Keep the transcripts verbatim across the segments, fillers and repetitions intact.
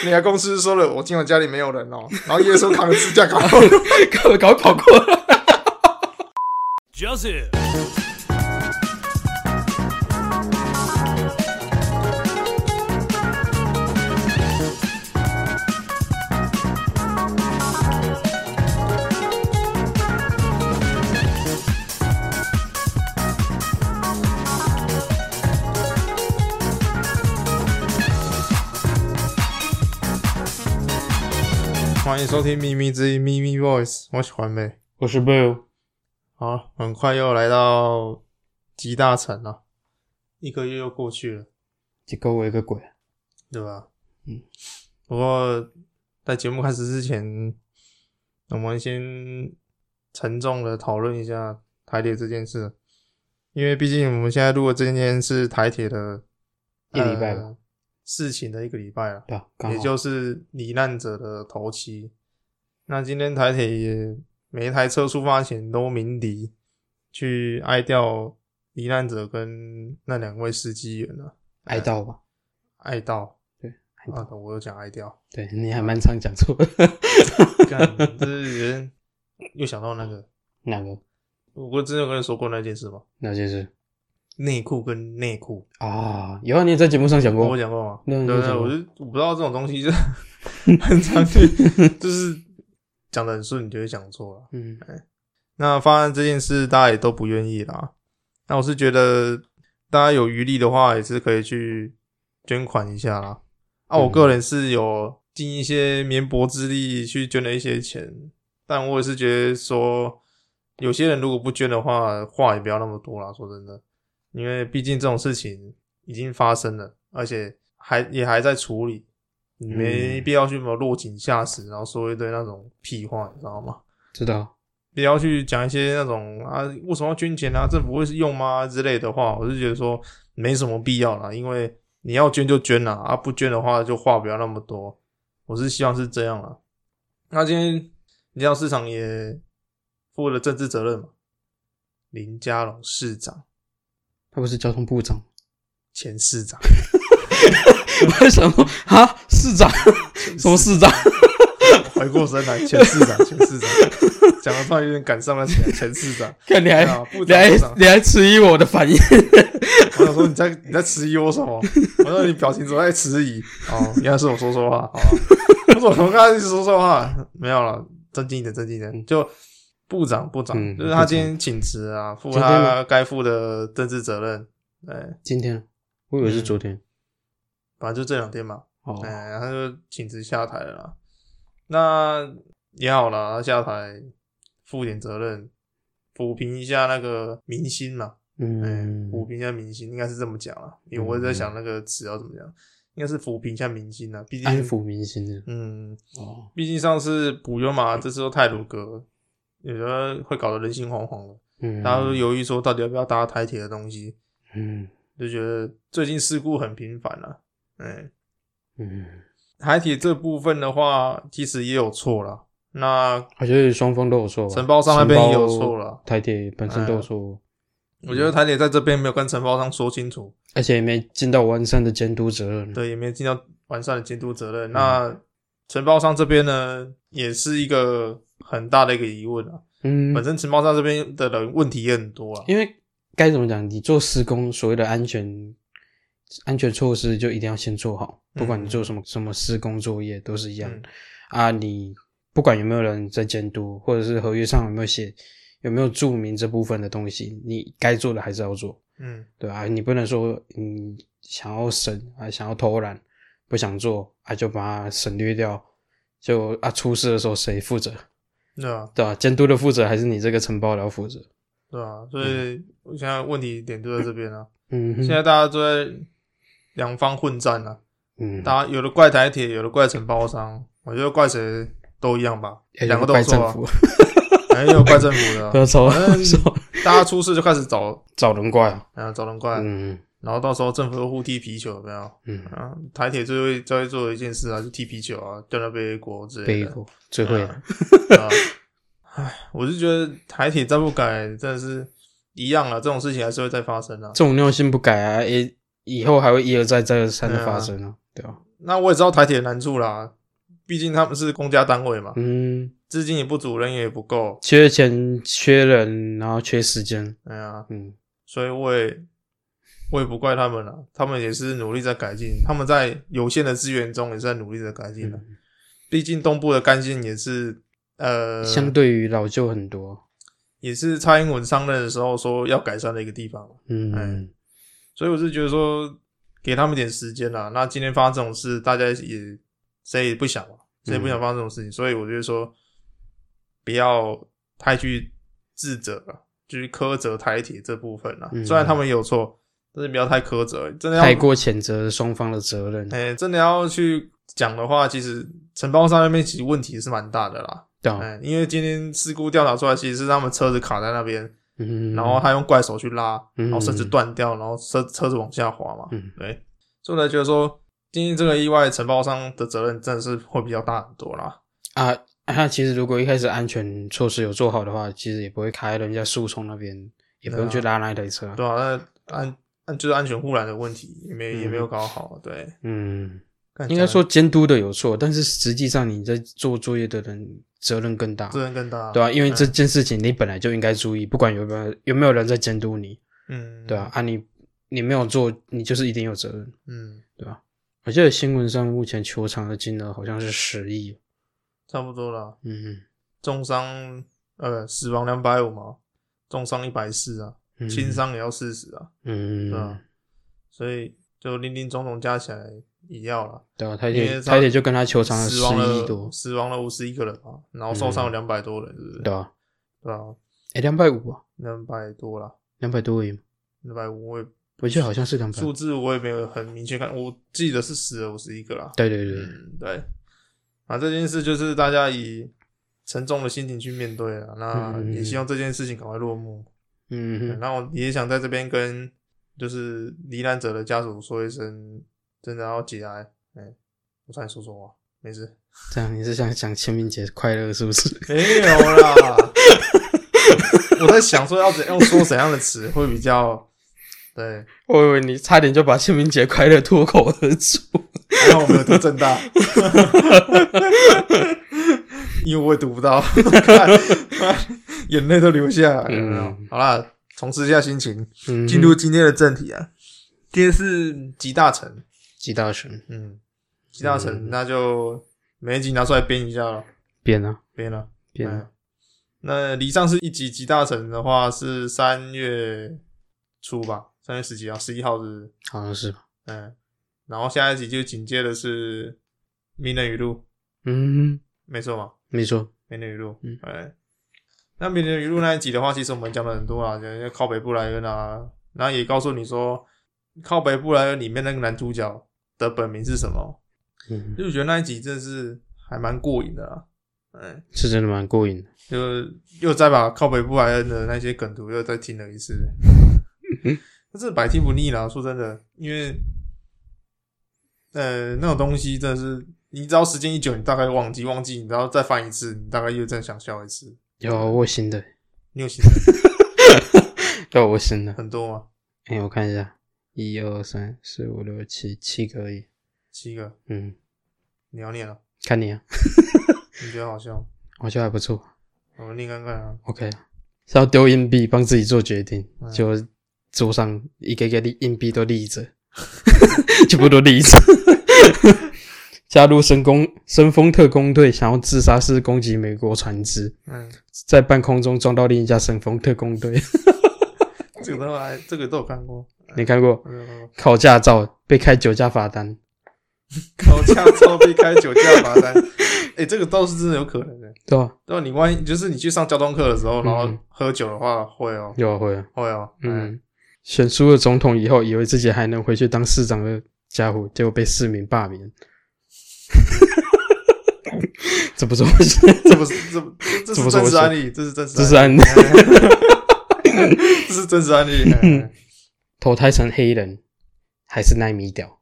你来公司说了，我今晚家里没有人哦，然后耶稣扛着支架赶赶赶快跑过来。 Joseph。 欢迎收听咪咪之音咪咪 Voice， 我是环美， 我是 Bill。 好，很快又来到集大成了，一个月又过去了， 一个月一个鬼， 对吧？ 嗯。 不过在节目开始之前，我们先沉重的讨论一下台铁这件事，因为毕竟我们现在录的这件是台铁的一礼拜吧。 呃事情的一个礼拜了， 对啊，刚好也就是罹难者的头七。那今天台铁也每一台车出发前都鸣笛，去哀悼罹难者跟那两位司机员了。 哀悼吧， 哀悼， 对，哀悼。 啊，我有讲哀悼， 对，你还蛮常讲错的。 干，就是有人又想到那个哪个？ 我之前有跟你说过那件事吗？ 哪件事？ 内裤跟内裤啊，有啊，你也在节目上讲过， 我讲过吗？ 对对对，我就我不知道这种东西就很常去，就是讲得很顺，你就会讲错了。 嗯， 那发生这件事，大家也都不愿意啦。那我是觉得，大家有余力的话，也是可以去捐款一下啦。啊，我个人是有尽一些绵薄之力去捐了一些钱，但我也是觉得说，有些人如果不捐的话，话也不要那么多啦。说真的。因为毕竟这种事情已经发生了，而且还也还在处理，你没必要去什么落井下石，然后说一堆那种屁话，你知道吗？ 知道。 不要去讲一些那种啊，为什么要捐钱啊？政府会用吗？之类的话，我是觉得说没什么必要啦，因为你要捐就捐啦，啊不捐的话就话不要那么多。我是希望是这样啦。那今天你像市场也负了政治责任嘛，林佳龙市长。 他不是交通部长， 前市长。 为什么啊？市长？什么市长？ 回过神来，前市长，前市长，讲的突然有点赶上了起来，前市长。 看你还， 部你还，你还迟疑我的反应。 我想说你在你在迟疑我什么？我说你表情怎么在迟疑？哦，原来是我说错话。好了，我怎么刚才说错话？没有了，正经一点，正经一点，就。部长，部长、嗯，就是他今天请辞啊，负他该负的政治责任。对， 今天，我以为是昨天， 反正就这两天嘛。 哦， 哎，他就请辞下台了啦。那也好啦，他下台负点责任，抚平一下那个民心嘛。 嗯， 哎，抚平一下民心，应该是这么讲啦。因为我在想那个词要怎么讲，应该是抚平一下民心啦。毕竟安抚民心的。 嗯， 哦， 毕竟上次普悠玛，这次又太鲁阁。有的会搞得人心惶惶的，嗯，大家都犹豫说到底要不要搭台铁的东西，嗯，就觉得最近事故很频繁啦，嗯嗯，台铁这部分的话，其实也有错啦，那我觉得双方都有错， 承包商那边也有错啦， 台铁本身都有错， 嗯，我觉得台铁在这边没有跟承包商说清楚， 而且也没尽到完善的监督责任， 对，也没尽到完善的监督责任，嗯，那承包商这边呢，也是一个很大的一个疑问啊，嗯，本身承包商这边的人问题也很多啊， 因为该怎么讲，你做施工所谓的安全安全措施就一定要先做好，不管你做什么、嗯、什么施工作业都是一样、嗯、啊，你不管有没有人在监督，或者是合约上有没有写有没有注明这部分的东西，你该做的还是要做，嗯，对啊，你不能说你想要省啊，想要偷懒不想做啊，就把它省略掉，就啊出事的时候谁负责？ 对啊， 对啊，监督的负责还是你这个承包的要负责？ 对啊，所以我现在问题点就在这边啊。 嗯， 现在大家都在两方混战啊。 嗯， 大家有的怪台铁，有的怪承包商，我觉得怪谁都一样吧，两个都有错啊。也有怪政府的、啊， 不要吵， 反正大家出事就开始找找人怪啊， 啊，找人怪，嗯。然后到时候政府又互踢皮球，有没有？嗯啊，台铁最会最会做的一件事啊，就踢皮球啊，掉到背锅之类的。 背锅最会的。 啊，唉，我是觉得台铁再不改，真的是一样了，这种事情还是会再发生啊。 这种尿性不改啊，也以后还会一而再再而三的发生啊，对吧、啊？ 那我也知道台铁的难处啦，毕竟他们是公家单位嘛， 嗯， 资金也不足，人也不够， 缺钱、缺人，然后缺时间。 哎呀， 嗯， 所以我也我也不怪他们啦，他们也是努力在改进，他们在有限的资源中也是在努力在改进的。嗯、毕竟东部的干线也是呃， 相对于老旧很多， 也是蔡英文上任的时候说要改善的一个地方。 嗯， 哎，所以我是觉得说给他们一点时间啦。那今天发生这种事，大家也谁也不想嘛，谁也不想发生这种事情，嗯、所以我觉得说不要太去自责了。去苛责台铁这部分啦、嗯、虽然他们也有错，但是不要太苛责，真的要太过谴责双方的责任。 欸、真的要去讲的话，其实承包商那边其实问题是蛮大的啦。 对、啊欸，因为今天事故调查出来，其实是他们车子卡在那边， 嗯， 然后他用怪手去拉， 嗯、 然后甚至断掉，然后车车子往下滑嘛。 嗯， 对，所以我才觉得说，今天这个意外承包商的责任真的是会比较大很多啦。 啊。他其实如果一开始安全措施有做好的话，其实也不会卡在人家树丛那边，也不用去拉那一台车。 对啊，那安安就是安全护栏的问题，也没、嗯、也没有搞好。对， 嗯，应该说监督的有错，但是实际上你在做作业的人责任更大， 责任更大， 对啊，因为这件事情你本来就应该注意，不管有没有有没有人在监督你， 嗯， 对啊，啊你你没有做，你就是一定有责任， 嗯， 对吧、啊？我记得新闻上目前求偿的金额好像是十亿。 差不多啦， 嗯， 重伤呃死亡两百五嘛，重伤一百四啊，轻伤也要四十啊， 嗯， 对啊，所以就林林总总加起来也要啦。 对啊，台铁台铁就跟他求偿了十亿多， 死亡了五十一个人嘛，然后受伤了两百多人，是不是？ 对啊， 对啊， 诶两百五啊， 两百多啦， 两百多而已， 两百五我也我记得好像是两百， 数字我也没有很明确看，我记得是死了五十一个啦。 对对对， 嗯，对。啊，这件事就是大家以沉重的心情去面对啦，那也希望这件事情赶快落幕。 嗯， 那我也想在这边跟就是罹难者的家属说一声，真的要节哀。哎、欸，我差点说错话，没事。 这样你是想讲清明节快乐是不是？ 没有啦，我在想说要怎样说怎样的词会比较对。 我以为你差点就把清明节快乐脱口而出。 还好我没有读正大，因为我也读不到，眼泪都流下来了。嗯、好啦，重拾一下心情，进、嗯、入今天的正题啊。今天是集大成， 集大成， 嗯，集大成，嗯、那就每一集拿出来编一下了。 编啊， 编啊， 编啊。 那离上次一集集大成的话是三月初吧，三月十几号，十一号是， 好像是吧？ 嗯。然后下一集就紧接的是名人语录， 嗯， 没错嘛， 没错， 名人语录，嗯，哎，那名人语录那一集的话，其实我们讲了很多啦，讲靠北布莱恩啊，然后也告诉你说，靠北布莱恩里面那个男主角的本名是什么，嗯，就觉得那一集真的是还蛮过瘾的啦，哎， 是真的蛮过瘾的， 就又再把靠北布莱恩的那些梗图又再听了一次，但是百听不腻啦，说真的，因为。呃，那种东西真的是，你只要时间一久，你大概忘记，忘记，你然后再翻一次，你大概又再想笑一次。 有我有新的， 你有新的？ 有我新的， 很多吗？ 哎、欸，我看一下，一二三四五六七，七个而已。 七个？ 嗯， 你要念了？ 看你啊。 你觉得好笑？ 我觉得还不错。 我们念看看啊。 OK， 是要丢硬币帮自己做决定，嗯、就桌上一个个硬币都立着。全部都立着。加入神工神风特工队，想要自杀式攻击美国船只，嗯，在半空中撞到另一架神风特工队。 这个都还这个都有看过， 你看过？ 没有看过。 考驾照被开酒驾罚单， 考驾照被开酒驾罚单，哎、欸，这个倒是真的有可能的， 对啊， 对啊，你万一就是你去上交通课的时候，然后喝酒的话，会哦、喔， 有啊会啊， 会哦、喔，嗯。 选输了总统以后，以为自己还能回去当市长的家伙，结果被市民罢免。这不是我， 这不是这不这是真实案例，这是真实， 这是案例， 这是真实案例。 投胎成黑人还是奈米屌？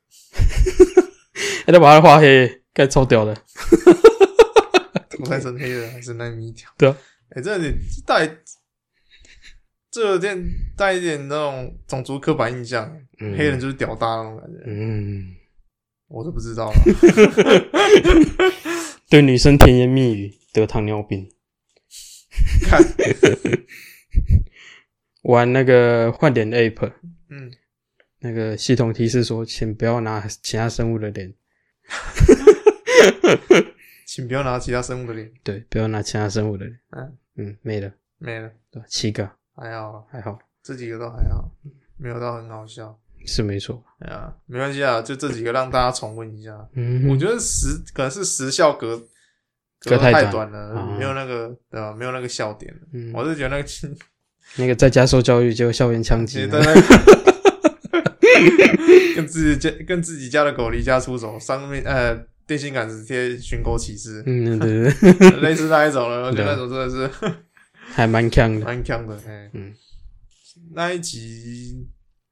还得把他画黑，该超屌的。 投胎成黑人还是奈米屌？ 对啊， 哎、欸，这你带。这有点带一点那种种族刻板印象，嗯、黑人就是屌大那种感觉。 嗯， 我都不知道了。 对女生甜言蜜语得糖尿病。 看玩那个换脸 app， 嗯， 那个系统提示说，请不要拿其他生物的脸。 请不要拿其他生物的脸。 对，不要拿其他生物的脸。 嗯嗯，没了， 没了， 对，七个， 还好还好， 这几个都还好，没有到很好笑。 是没错。 哎呀，没关系啊，就这几个让大家重温一下。 嗯， 我觉得时可能是时效隔隔隔太太短短了， 啊没有那个对吧？没有那个笑点了。 嗯我是觉得那个那个在家受教育，结果校园枪击对，那个跟自己家跟自己家的狗离家出走，上面呃电线杆子贴寻狗启事， 嗯，对对对， 类似那一种了。我觉得那种真的是还蛮强的。 蛮强的。哎， 嗯， 那一集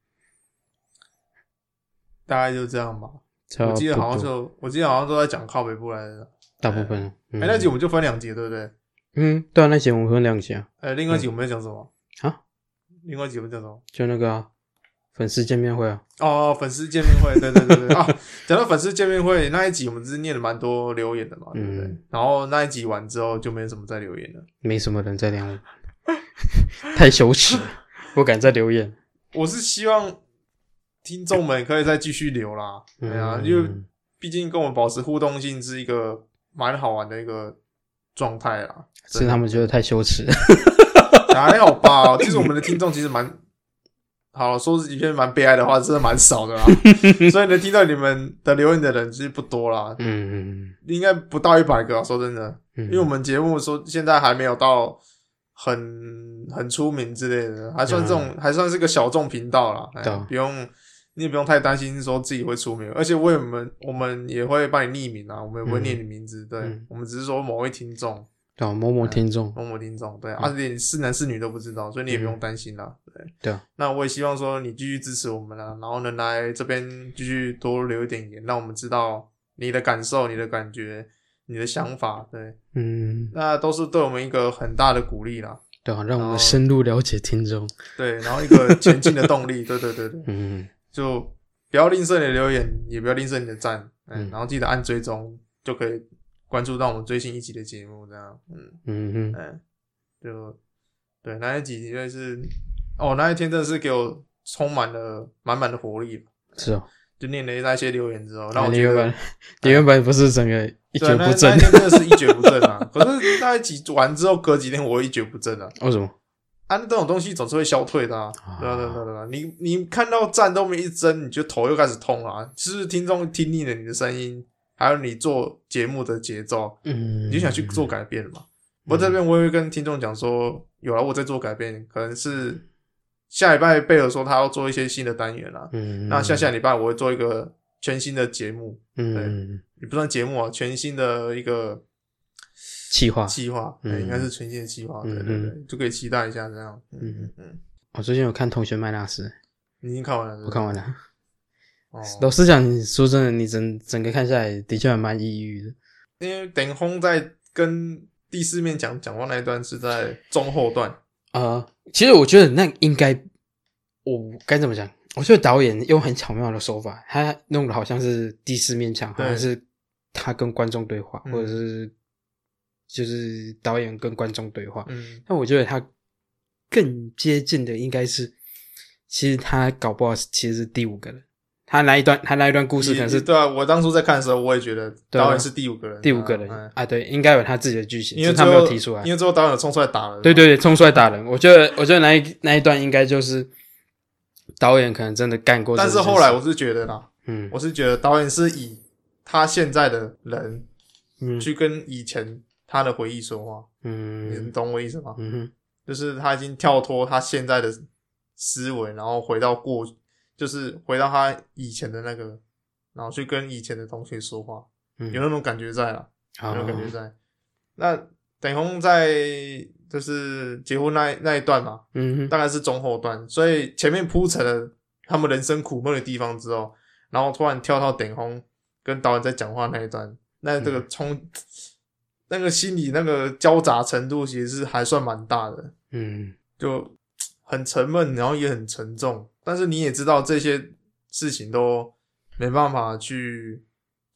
大概就这样吧。 差不多我记得好像就我记得好像都在讲靠北部来的。 大部分。 哎、 嗯欸，那集我们就分两集，对不对？ 嗯，对啊，那集我们分两集啊。 呃、欸，另外一集我们在讲什么？ 啊？ 另外一集我们讲什么？ 就那个、啊、粉丝见面会啊。 哦，粉丝见面会，对对对对啊！讲到粉丝见面会那一集，我们只是念了蛮多留言的嘛，对不对？ 嗯、 然后那一集完之后就没什么再留言了， 没什么人在留言，太羞耻了，不敢再留言。 我是希望听众们可以再继续留啦，对啊， 嗯、 因为毕竟跟我们保持互动性是一个蛮好玩的一个状态啦。 是他们觉得太羞耻了。 还好吧，其实我们的听众其实蛮好，说是一篇蛮悲哀的话，真的蛮少的啦。所以能听到你们的留言的人其实不多啦， 嗯， 应该不到一百个、啊。说真的， 嗯、 因为我们节目说现在还没有到很很出名之类的，还算这种、嗯、还算是个小众频道啦。哎、不用你也不用太担心说自己会出名，而且我们我们也会帮你匿名啊，我们也不会念你名字，嗯、对、嗯、我们只是说某位听众。 对、啊，某某听众、 嗯，某某听众，对，而、嗯、且、啊、是男是女都不知道，所以你也不用担心啦，对。 对啊， 那我也希望說你繼續支持我們啦，然後能來這邊繼續多留一點言，讓我們知道你的感受、你的感覺、你的想法，對， 嗯， 那都是對我們一個很大的鼓勵啦。 對啊，讓我們深入了解聽眾。 對，然後一個前進的動力，對對對對， 嗯， 就不要吝嗇你的留言，也不要吝嗇你的讚，嗯， 嗯然後記得按追蹤，就可以關注到我們最新一集的節目，這樣，嗯嗯嗯嗯，就對那一集就是。哦，那一天真的是給我充滿了滿滿的活力。 是哦， 就念了那些留言之後，那我覺得你原本不是整個一蹶不振， 那, 那一天真的是一蹶不振啊！可是那一集完之後，隔幾天我一蹶不振啊。 為什麼？ 啊，這種東西總是會消退的啊！對啊，對啊，對啊！你你看到讚都沒一針，你就頭又開始痛了啊！是不是聽眾聽膩了你的聲音，還有你做節目的節奏， 嗯， 你就想去做改變了嘛？不過這邊我也會跟聽眾講說，有了我在做改變，可能是。下禮拜貝爾說他要做一些新的單元啦，嗯，那下下禮拜我會做一個全新的節目，嗯，對，也不算節目啊，全新的一個企劃， 企劃，嗯，應該是全新的企劃，對對對，就可以期待一下這樣，嗯嗯嗯。 我最近有看《同學麥納斯》， 你已經看完了是不是？ 我看完了。 哦， 老實講，說真的，你整整個看下來，的確還蠻抑鬱的。 因為頂峰在跟第四面講講話那一段是在中後段。 呃，其實我覺得那應該，我該怎麼講？我覺得導演用很巧妙的手法，他弄得好像是第四面牆，好像是他跟觀眾對話，或者是就是導演跟觀眾對話。嗯，但我覺得他更接近的應該是，其實他搞不好其實是第五個人。他那一段，他那一段故事可能是對啊。我當初在看的時候，我也覺得導演是第五個人， 第五個人啊，啊對，應該有他自己的劇情， 因為他沒有提出來， 因為最後導演有衝出來打人。 對對對，衝出來打人。我覺得，我覺得那一那一段應該就是導演可能真的幹過這。 但是後來我是覺得啦， 嗯， 我是覺得導演是以他現在的人，嗯，去跟以前他的回憶說話，嗯，你懂我意思嗎？嗯哼，就是他已經跳脫他現在的思維，然後回到過去。就是回到他以前的那個，然後去跟以前的同學說話，嗯、有那種感覺在啦，有那種感覺在。哦、那等紅在就是結婚那那一段嘛，嗯哼，大概是中後段，所以前面鋪陳了他們人生苦悶的地方之後，然後突然跳到等紅跟導演在講話那一段，那這個衝、嗯、那個心理那個交雜程度其實是還算蠻大的，嗯，就很沉悶，然後也很沉重。但是你也知道這些事情都沒辦法去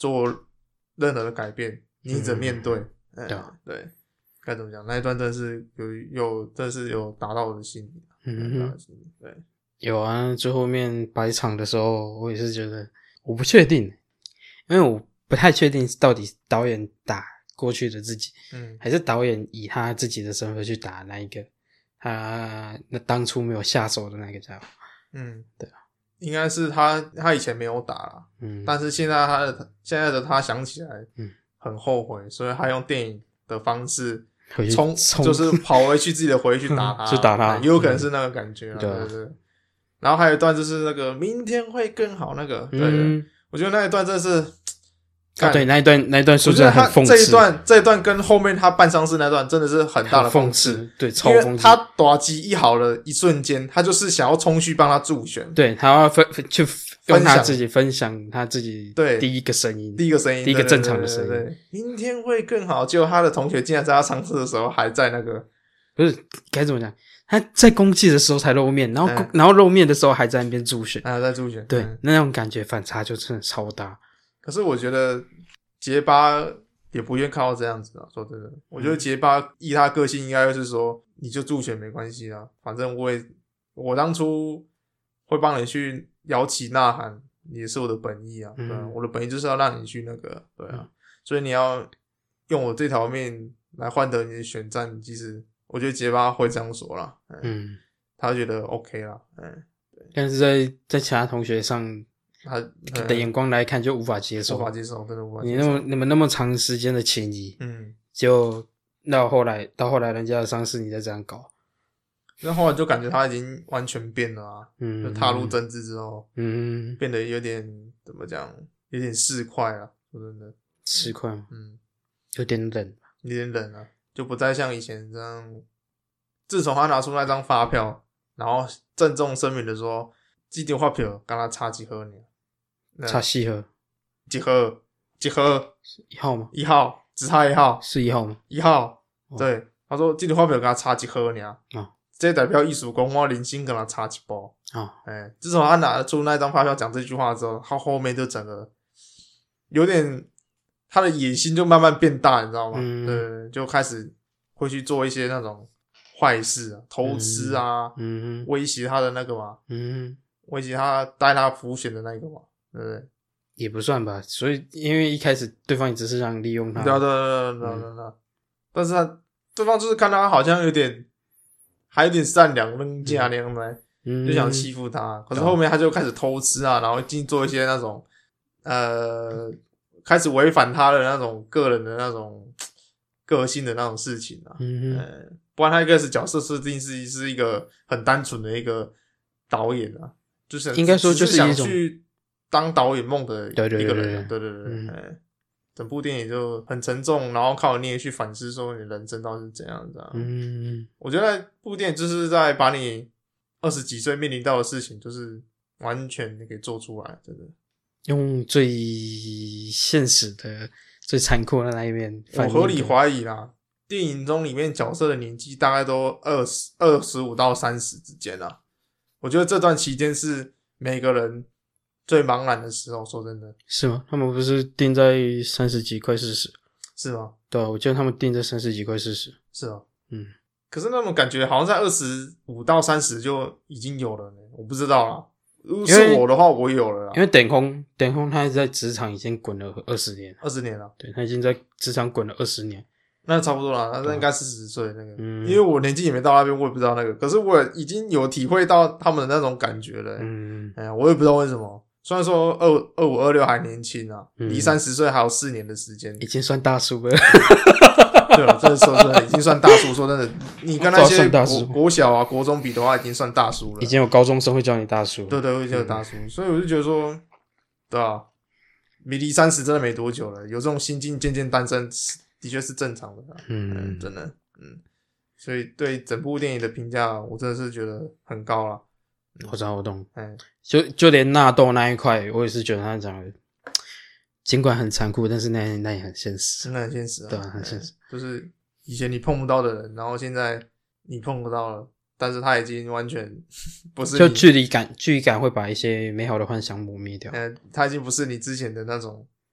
做任何的改变，你只面对。 嗯， 嗯、 对啊对，该怎么讲？那一段真的是有有，真的是有打到我的心里， 嗯打到心里。对， 有啊，最后面百场的时候，我也是觉得我不确定，因为我不太确定到底导演打过去的自己， 嗯， 还是导演以他自己的身份去打那一个他那当初没有下手的那个家伙。 嗯， 对啊， 应该是他他以前没有打啦， 嗯， 但是现在他的现在的他想起来， 嗯， 很后悔，所以他用电影的方式回去冲， 冲就是跑回去自己的回去打他， 去打他也有可能是那个感觉啊， 嗯对啊对对对。然后还有一段就是那个明天会更好那个，对对， 嗯， 我觉得那一段真的是， 啊，对，那一段那一段说我觉得他真的很讽刺， 这一段这一段跟后面他办丧事那段真的是很大的很讽刺， 刺，对，超因为讽刺。 他打击一好的一瞬间，他就是想要冲去帮他助选， 对，他要分去用分享他自己分享他自己对第一个声音， 第一个声音， 第一个正常的声音。 对对对对对，明天会更好。结果他的同学竟然在他丧事的时候还在那个， 不是该怎么讲？他在公祭的时候才露面，然后、 嗯、 然后露面的时候还在那边助选， 还在助选。 对， 嗯、 那种感觉反差就真的超大。 可是我觉得结巴也不愿看到这样子啊。说真的，我觉得结巴依他个性，应该就是说，你就助选没关系啊，反正我也我当初会帮你去摇旗呐喊，也是我的本意啊。对啊， 嗯、 我的本意就是要让你去那个，对啊， 嗯、 所以你要用我这条命来换得你的选战，其实。我觉得结巴会这样说啦，嗯， 嗯， 他觉得 OK 啦，嗯，对， 但是在在其他同学上， 他的眼光来看就无法接受， 无法接受，真的无法接受。 你那么你们那么长时间的情谊， 嗯， 就到后来到后来人家的丧事你再这样搞， 那后来就感觉他已经完全变了啊， 嗯， 就踏入政治之后， 嗯， 变得有点怎么讲，有点市侩啊，说真的， 市侩， 嗯， 有点冷， 有点冷啊。就不再像以前这样，自从他拿出那张发票，然后郑重声明的说，这张发票跟他差几盒呢？ 差四盒， 几盒？几盒？ 一号吗？ 一号，只差一号， 是一号吗？ 一号， 哦、 对，他说这张发票跟他差几盒呢？ 哦， 这代表艺术公我零星跟他差几包。 哦， 哎，自从他拿出那张发票讲这句话之后，他后面就整个有点。他的野心就慢慢变大，你知道吗？嗯，对，就开始会去做一些那种坏事啊，偷吃啊， 嗯， 威胁他的那个嘛， 嗯， 威胁他带他浮选的那个嘛，对不对？ 也不算吧，所以因为一开始对方也只是想利用他， 对啊，对啊，对啊，对啊，对啊，但是他对方就是看他好像有点还有点善良、能假那样的， 嗯， 就想欺负他。可是后面他就开始偷吃啊，然后进做一些那种呃。开始违反他的那种个人的那种个性的那种事情啊， 嗯呃，不然他一开始角色设定是是一个很单纯的一个导演啊，就是应该说就是想一种去当导演梦的一个人， 对对对对对对对， 嗯呃，整部电影就很沉重，然后靠你也去反思说你的人生到底是怎样的， 嗯， 我觉得那部电影就是在把你二十几岁面临到的事情，就是完全给做出来，真的。 用最现实的、最残酷的那一面， 我合理怀疑啦，电影中里面角色的年纪大概都二十二十五到三十之间啦。我觉得这段期间是每个人最茫然的时候。说真的， 是吗？他们不是定在三十几快四十？ 是吗？ 对啊，我记得他们定在三十几快四十。 是啊， 嗯。 可是那种感觉好像在二十五到三十就已经有了呢，我不知道啦。是我的话，我有了啦。 因为点空，点空他在职场已经滚了二十年， 二十年了。 对，他已经在职场滚了二十年， 那差不多了。那应该四十岁那个， 嗯， 因为我年纪也没到那边，我也不知道那个。可是我已经有体会到他们的那种感觉了、欸。 嗯， 哎呀，我也不知道为什么。虽然说二二五二六还年轻啊，离三十岁还有四年的时间， 已经算大叔了。 对了，这说真的已经算大叔。说真的，你跟那些国国小啊、国中比的话，已经算大叔了。 已经有高中生会叫你大叔。 对对，会叫大叔、嗯。所以我就觉得说，对啊，你离三十真的没多久了，有这种心境渐渐诞生，的确是正常的、啊。嗯, 嗯，真的，嗯。所以对整部电影的评价，我真的是觉得很高啦。 嗯、我知道，我懂。 哎， 就就连纳豆那一块，我也是觉得他讲的。尽管很残酷，但是那那也很现实， 真的很现实啊， 对啊，很现实。 就是以前你碰不到的人，然后现在你碰不到了，但是他已经完全不是你， 就距离感，距离感会把一些美好的幻想磨灭掉。 呃，他已经不是你之前的那种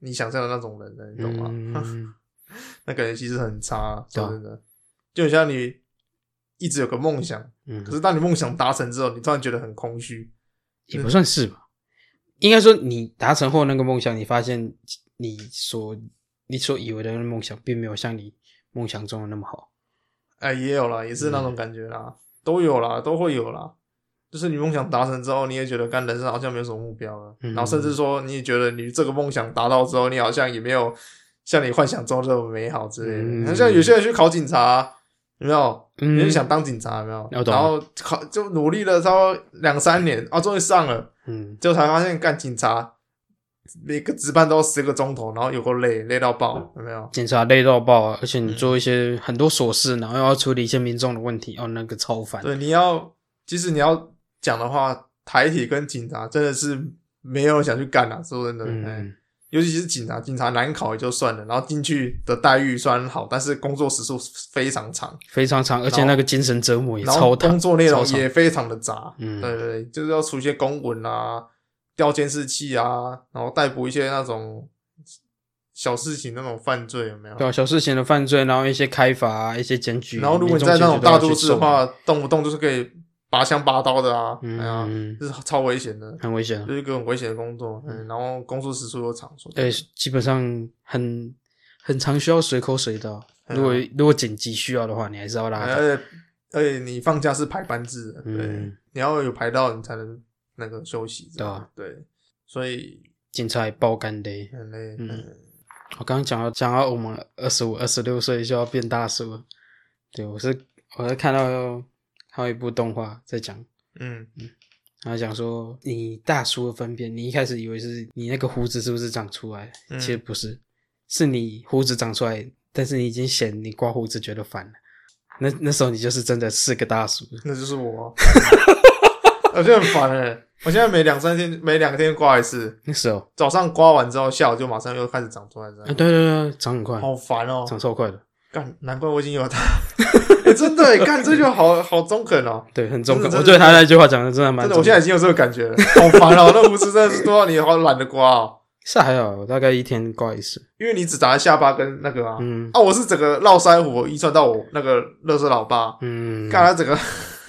你想象的那种人的，你懂吗？ 嗯、 那感觉其实很差，说真的，就很像你一直有个梦想，嗯，可是当你梦想达成之后，你突然觉得很空虚， 也不算是吧？应该说你达成后那个梦想，你发现你所你所以为的那个梦想，并没有像你梦想中的那么好。 哎，也有啦，也是那种感觉啦，嗯、都有啦，都会有啦。就是你梦想达成之后，你也觉得干人生好像没有什么目标了，嗯、然后甚至说你也觉得你这个梦想达到之后，你好像也没有像你幻想中这么美好之类的。嗯、像有些人去考警察，有没有？嗯、有人想当警察，有没有？然后考就努力了差不多两三年，啊，终于上了，嗯，结果才发现干警察每个值班都要十个钟头，然后有够累，累到爆，有没有？ 警察累到爆啊！而且你做一些很多琐事，然后又要处理一些民众的问题，哦，那个超烦。 对，你要其实你要讲的话，台铁跟警察真的是没有人想去干啊，说真的，嗯、欸，尤其是警察，警察难考也就算了，然后进去的待遇虽然好，但是工作时数非常长， 非常长，而且那个精神折磨也超长， 工作内容也非常的杂，嗯，对对对，就是要出一些公文啊，调监视器啊，然后逮捕一些那种小事情那种犯罪，有没有？ 对啊，小事情的犯罪，然后一些开罚啊，一些检举， 然后如果你在那种大都市的话，动不动就是可以拔枪拔刀的啊，嗯、哎呀，这是超危险的， 很危险， 就是一个很危险的工作，嗯，然后工作时数又长， 对，基本上很很常需要随口随到，嗯、如果如果紧急需要的话，你还是要拉倒，而且而且你放假是排班制的，对，嗯、你要有排到你才能那个休息，对吧？对，所以警察也爆肝的， 很累， 嗯。嗯我刚刚讲到讲到我们二十五、二十六岁就要变大叔了，对，我是我在看到看到一部动画在讲，嗯嗯，然后讲说你大叔的分辨，你一开始以为是你那个胡子是不是长出来，嗯、其实不是，是你胡子长出来，但是你已经嫌你刮胡子觉得烦了，那那时候你就是真的是个大叔， 那就是我、啊，我觉得很烦诶、欸。我现在每两三天每两天刮一次， 那时候早上刮完之后，下午就马上又开始长出来，啊， 对对对，长很快， 好烦哦， 长超快的， 干，难怪我已经有它，欸、真的耶，干这就好好中肯哦， 对，很中肯，我觉得他那句话讲的真的蛮， 真的，我现在已经有这个感觉了，好烦哦，那胡子真的是多到你好懒得刮哦， 是还好，我大概一天刮一次， 因为你只长在下巴跟那个啊，嗯，啊，我是整个络腮胡遗传到我那个垃圾老爸，嗯，干他整个。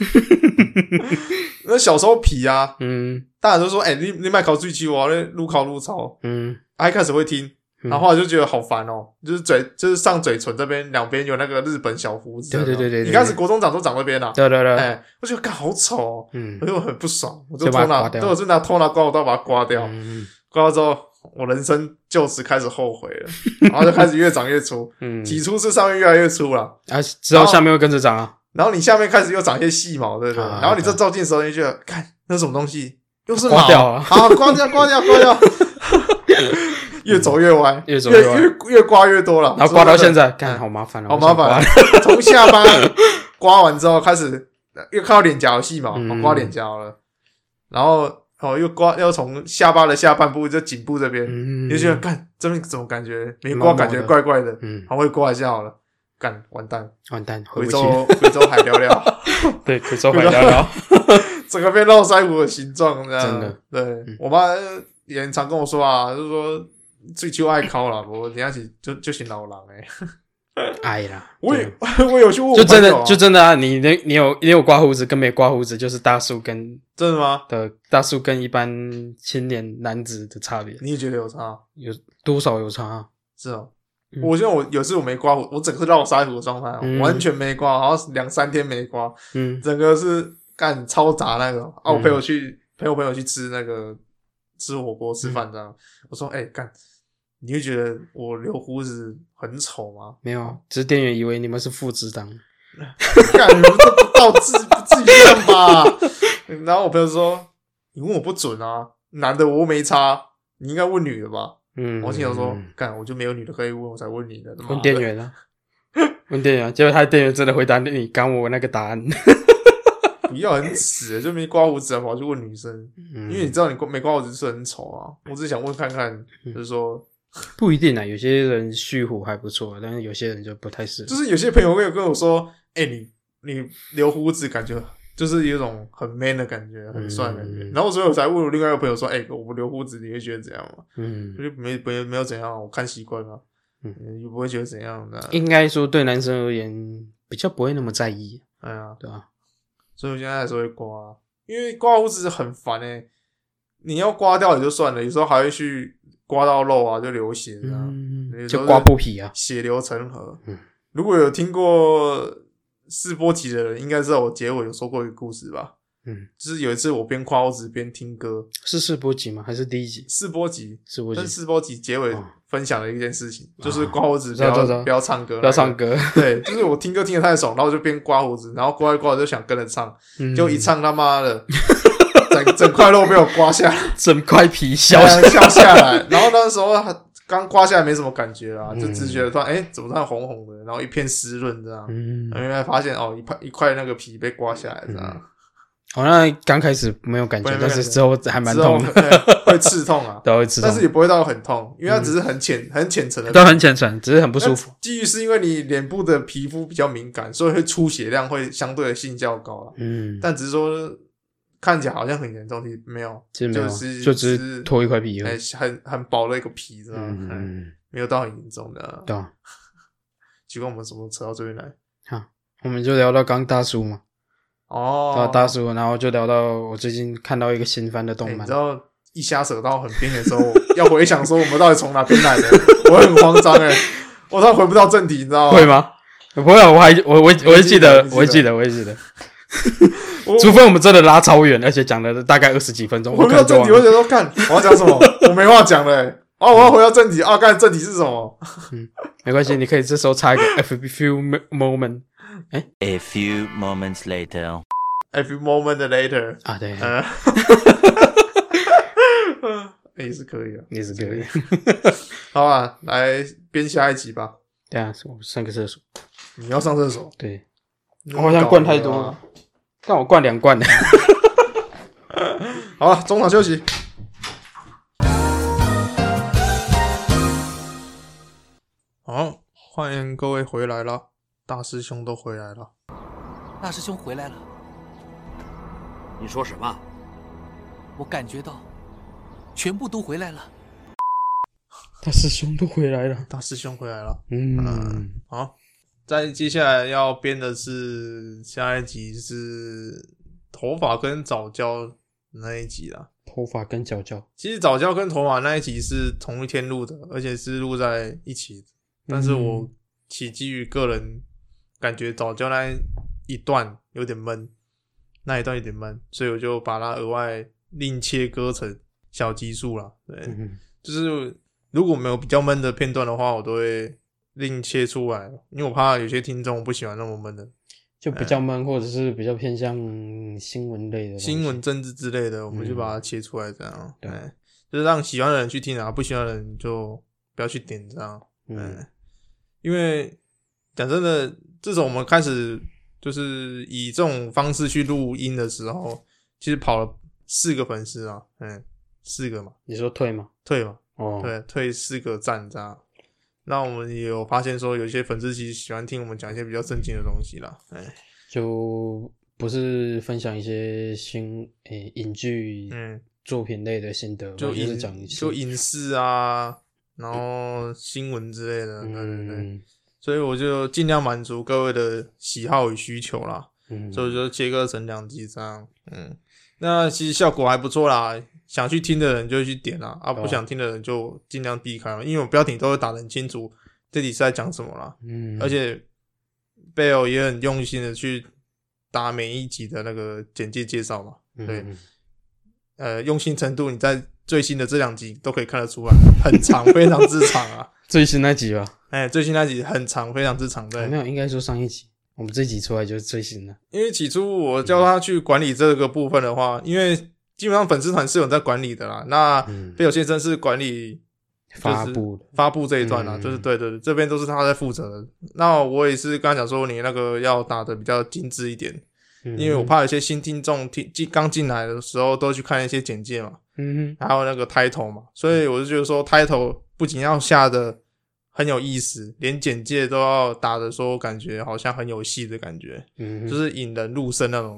那小时候皮啊，嗯，大人都说，哎、欸，你你卖考最期我，那撸考撸潮，嗯，啊，一开始会听，然后后来就觉得好烦哦，就是嘴，就是上嘴唇这边两边有那个日本小胡子， 对对对 对, 對， 一开始国中长都长那边啊， 对对对， 哎、欸，我觉得干好丑哦，嗯，我就很不爽，我就偷拿，对，我就拿偷拿刮胡刀把它刮掉，嗯，刮到之后，我人生就此开始后悔了，然后就开始越长越粗，嗯，起初是上面越来越粗了， 啊，之后下面会跟着长啊。 然后你下面开始又长一些细毛，对不对？啊、然后你这照镜的时候，你就觉得，看那是什么东西，又是毛， 刮掉了， 好，刮掉，刮掉，刮掉，越走越歪， 越走越歪， 越越越刮越多了。 然后刮到现在，看好麻烦了， 好麻烦。从下巴刮完之后，开始又看到脸颊有细毛，嗯、刮脸颊了，然后哦又刮，又从下巴的下半部就颈部这边，嗯、就觉得，看这边怎么感觉没刮，感觉怪怪的，嗯，好，会刮一下好了。干完蛋， 完蛋！ 回州，回州海聊聊， 对，回州海聊聊， 整个变络腮胡的形状，这样真的。 对、嗯、我妈也很常跟我说啊，就是说最秋爱考啦，我等下起就就型老狼哎， 哎啦， 我也我有去问我、啊， 就真的就真的啊，你你你有你有刮胡子跟没刮胡子，就是大叔跟真的吗？ 的大叔跟一般青年男子的差别， 你也觉得有差？ 有多少有差、啊？ 是哦。嗯、我现在我有次我没刮胡，我整个是络腮胡的状态、嗯，完全没刮，好像两三天没刮，嗯，整个是干超杂那种。啊，我陪我去陪我朋友去吃那个吃火锅吃饭这样，嗯、我说哎、欸、干，你会觉得我留胡子很丑吗？ 没有，只是店员以为你们是父子档。 干，你们这不到自不自己这样吧？然后我朋友说，你问我不准啊，男的我又没差，你应该问女的吧。嗯，我心想说，干，我就没有女的可以问，我才问你的。 问店员啊，问店员、啊，结果他店员真的回答你刚我那个答案。 不要很耻，就没刮胡子跑去问女生、嗯，因为你知道你没刮胡子是很丑啊。我只是想问看看，就是说、 嗯、不一定啊，有些人蓄胡还不错，但是有些人就不太适合。 就是有些朋友会有跟我说，哎、欸，你你留胡子感觉就是有一种很 man 的感觉，很帅的感觉。 嗯、 然后所以我才问我另外一个朋友说：“哎、欸，我留胡子你会觉得怎样吗？” 嗯， 我就没没没有怎样，我看习惯了，嗯，又不会觉得怎样的。 应该说对男生而言比较不会那么在意。 哎呀， 对啊， 所以我现在还是会刮，因为刮胡子很烦诶、欸。你要刮掉也就算了，有时候还会去刮到肉啊，就流血这样， 嗯，就刮破皮啊， 血流成河。 嗯， 如果有听过试播集的人，应该知道我结尾有说过一个故事吧？ 嗯， 就是有一次我边刮胡子边听歌， 是试播集吗？还是第一集？ 试播集， 试播集， 但试播集结尾分享了一件事情，哦、就是刮胡子不要、 哦、不要唱歌， 不要唱歌。 对，就是我听歌听得太爽，然后我就边刮胡子，然后刮一刮我就想跟着唱，嗯、就一唱他妈的。整整块肉被我刮下来， 整块皮削下削下来，然后那时候刚刮下来没什么感觉啦，嗯、就只觉得突然哎、欸，怎么突然红红的，然后一片湿润这样，嗯，因为发现哦一块一块那个皮被刮下来这样。嗯、 哦，那刚开始没有感觉，但是之后还蛮痛的， 会刺痛啊， 都会刺痛， 但是也不会到很痛，因为它只是很浅、嗯、很浅层的， 都很浅层，只是很不舒服。 基于是因为你脸部的皮肤比较敏感，所以会出血量会相对的性较高啦，嗯，但只是说。看起来好像很严重，其实没有， 其实没有， 就是就只是脱一块皮， 哎，很很薄的一个皮，知道吗？ 嗯， 没有到很严重的。 对啊， 结果我们怎么扯到这边来？ 好，我们就聊到刚大叔嘛。 哦， 到大叔，然后就聊到我最近看到一个新番的动漫。 欸、你知道一瞎扯到很边缘的时候，要回想说我们到底从哪边来的，我会很慌张哎、欸，我突然回不到正题，你知道吗？ 会吗？不会，我还我我我会记得，我会记得，我会记得。除非我们真的拉超远，而且讲了大概二十几分钟， 回不到正题，我想说，干，我要讲什么？我没话讲了、欸。哦，我要回到正题啊！干，正题是什么？ 嗯，没关系，你可以这时候插一个 a few moment， 哎 ，a few moments later，a few moment later 啊，对， 呃，也是可以啊， 也是可以。 好啊，来编下一集吧。 对啊，我上个厕所。 你要上厕所？ 对。我好像灌太多了，但我灌两罐了。 好了，中场休息。好，欢迎各位回来了，大师兄都回来了。 大师兄回来了。 你说什么？ 我感觉到，全部都回来了。 大师兄都回来了， 大师兄回来了。 嗯，嗯好。再接下来要编的是下一集是头发跟早教那一集啦。 头发跟早教， 其实早教跟头发那一集是同一天录的，而且是录在一起的。但是我起基于个人感觉早教那一段有点闷，那一段有点闷，所以我就把它额外另切割成小集数啦。对，嗯、就是如果没有比较闷的片段的话，我都会。另切出来，因为我怕有些听众不喜欢那么闷的， 就比较闷，或者是比较偏向新闻类的新闻、政治之类的，我们就把它切出来，这样、嗯，对，就是让喜欢的人去听啊，不喜欢的人就不要去点，这样，嗯，因为讲真的，自从我们开始就是以这种方式去录音的时候，其实跑了四个粉丝啊，嗯，四个嘛， 你说退吗？ 退嘛， 哦， 对，退四个赞这样。那我们也有发现说，有些粉丝其实喜欢听我们讲一些比较正经的东西啦，哎， 就不是分享一些新诶影剧、嗯作品类的心得， 就就是讲就影视啊，然后新闻之类的，嗯、对对对。所以我就尽量满足各位的喜好与需求啦，嗯，所以我就切割成两集这样，嗯，那其实效果还不错啦。想去听的人就去点啦，啊，不想听的人就尽量避开，因为我标题都会打得很清楚，这里是在讲什么啦。嗯，而且贝尔也很用心的去打每一集的那个简介介绍嘛，对，嗯、呃，用心程度你在最新的这两集都可以看得出来，很长，非常之长啊。 最新那集吧， 哎、欸，最新那集很长，非常之长，对， 没有，应该说上一集。我们这集出来就是最新的， 因为起初我叫他去管理这个部分的话，因为基本上粉丝团是有在管理的啦，那贝尔先生是管理发布的发布这一段啦，嗯、就是对对对，这边都是他在负责的。那我也是跟他讲说，你那个要打的比较精致一点，嗯、因为我怕有些新听众听刚进来的时候都去看一些简介嘛，嗯，还有那个 title 嘛，所以我就觉得说 title 不仅要下的很有意思，连简介都要打的说感觉好像很有戏的感觉，嗯，就是引人入胜那种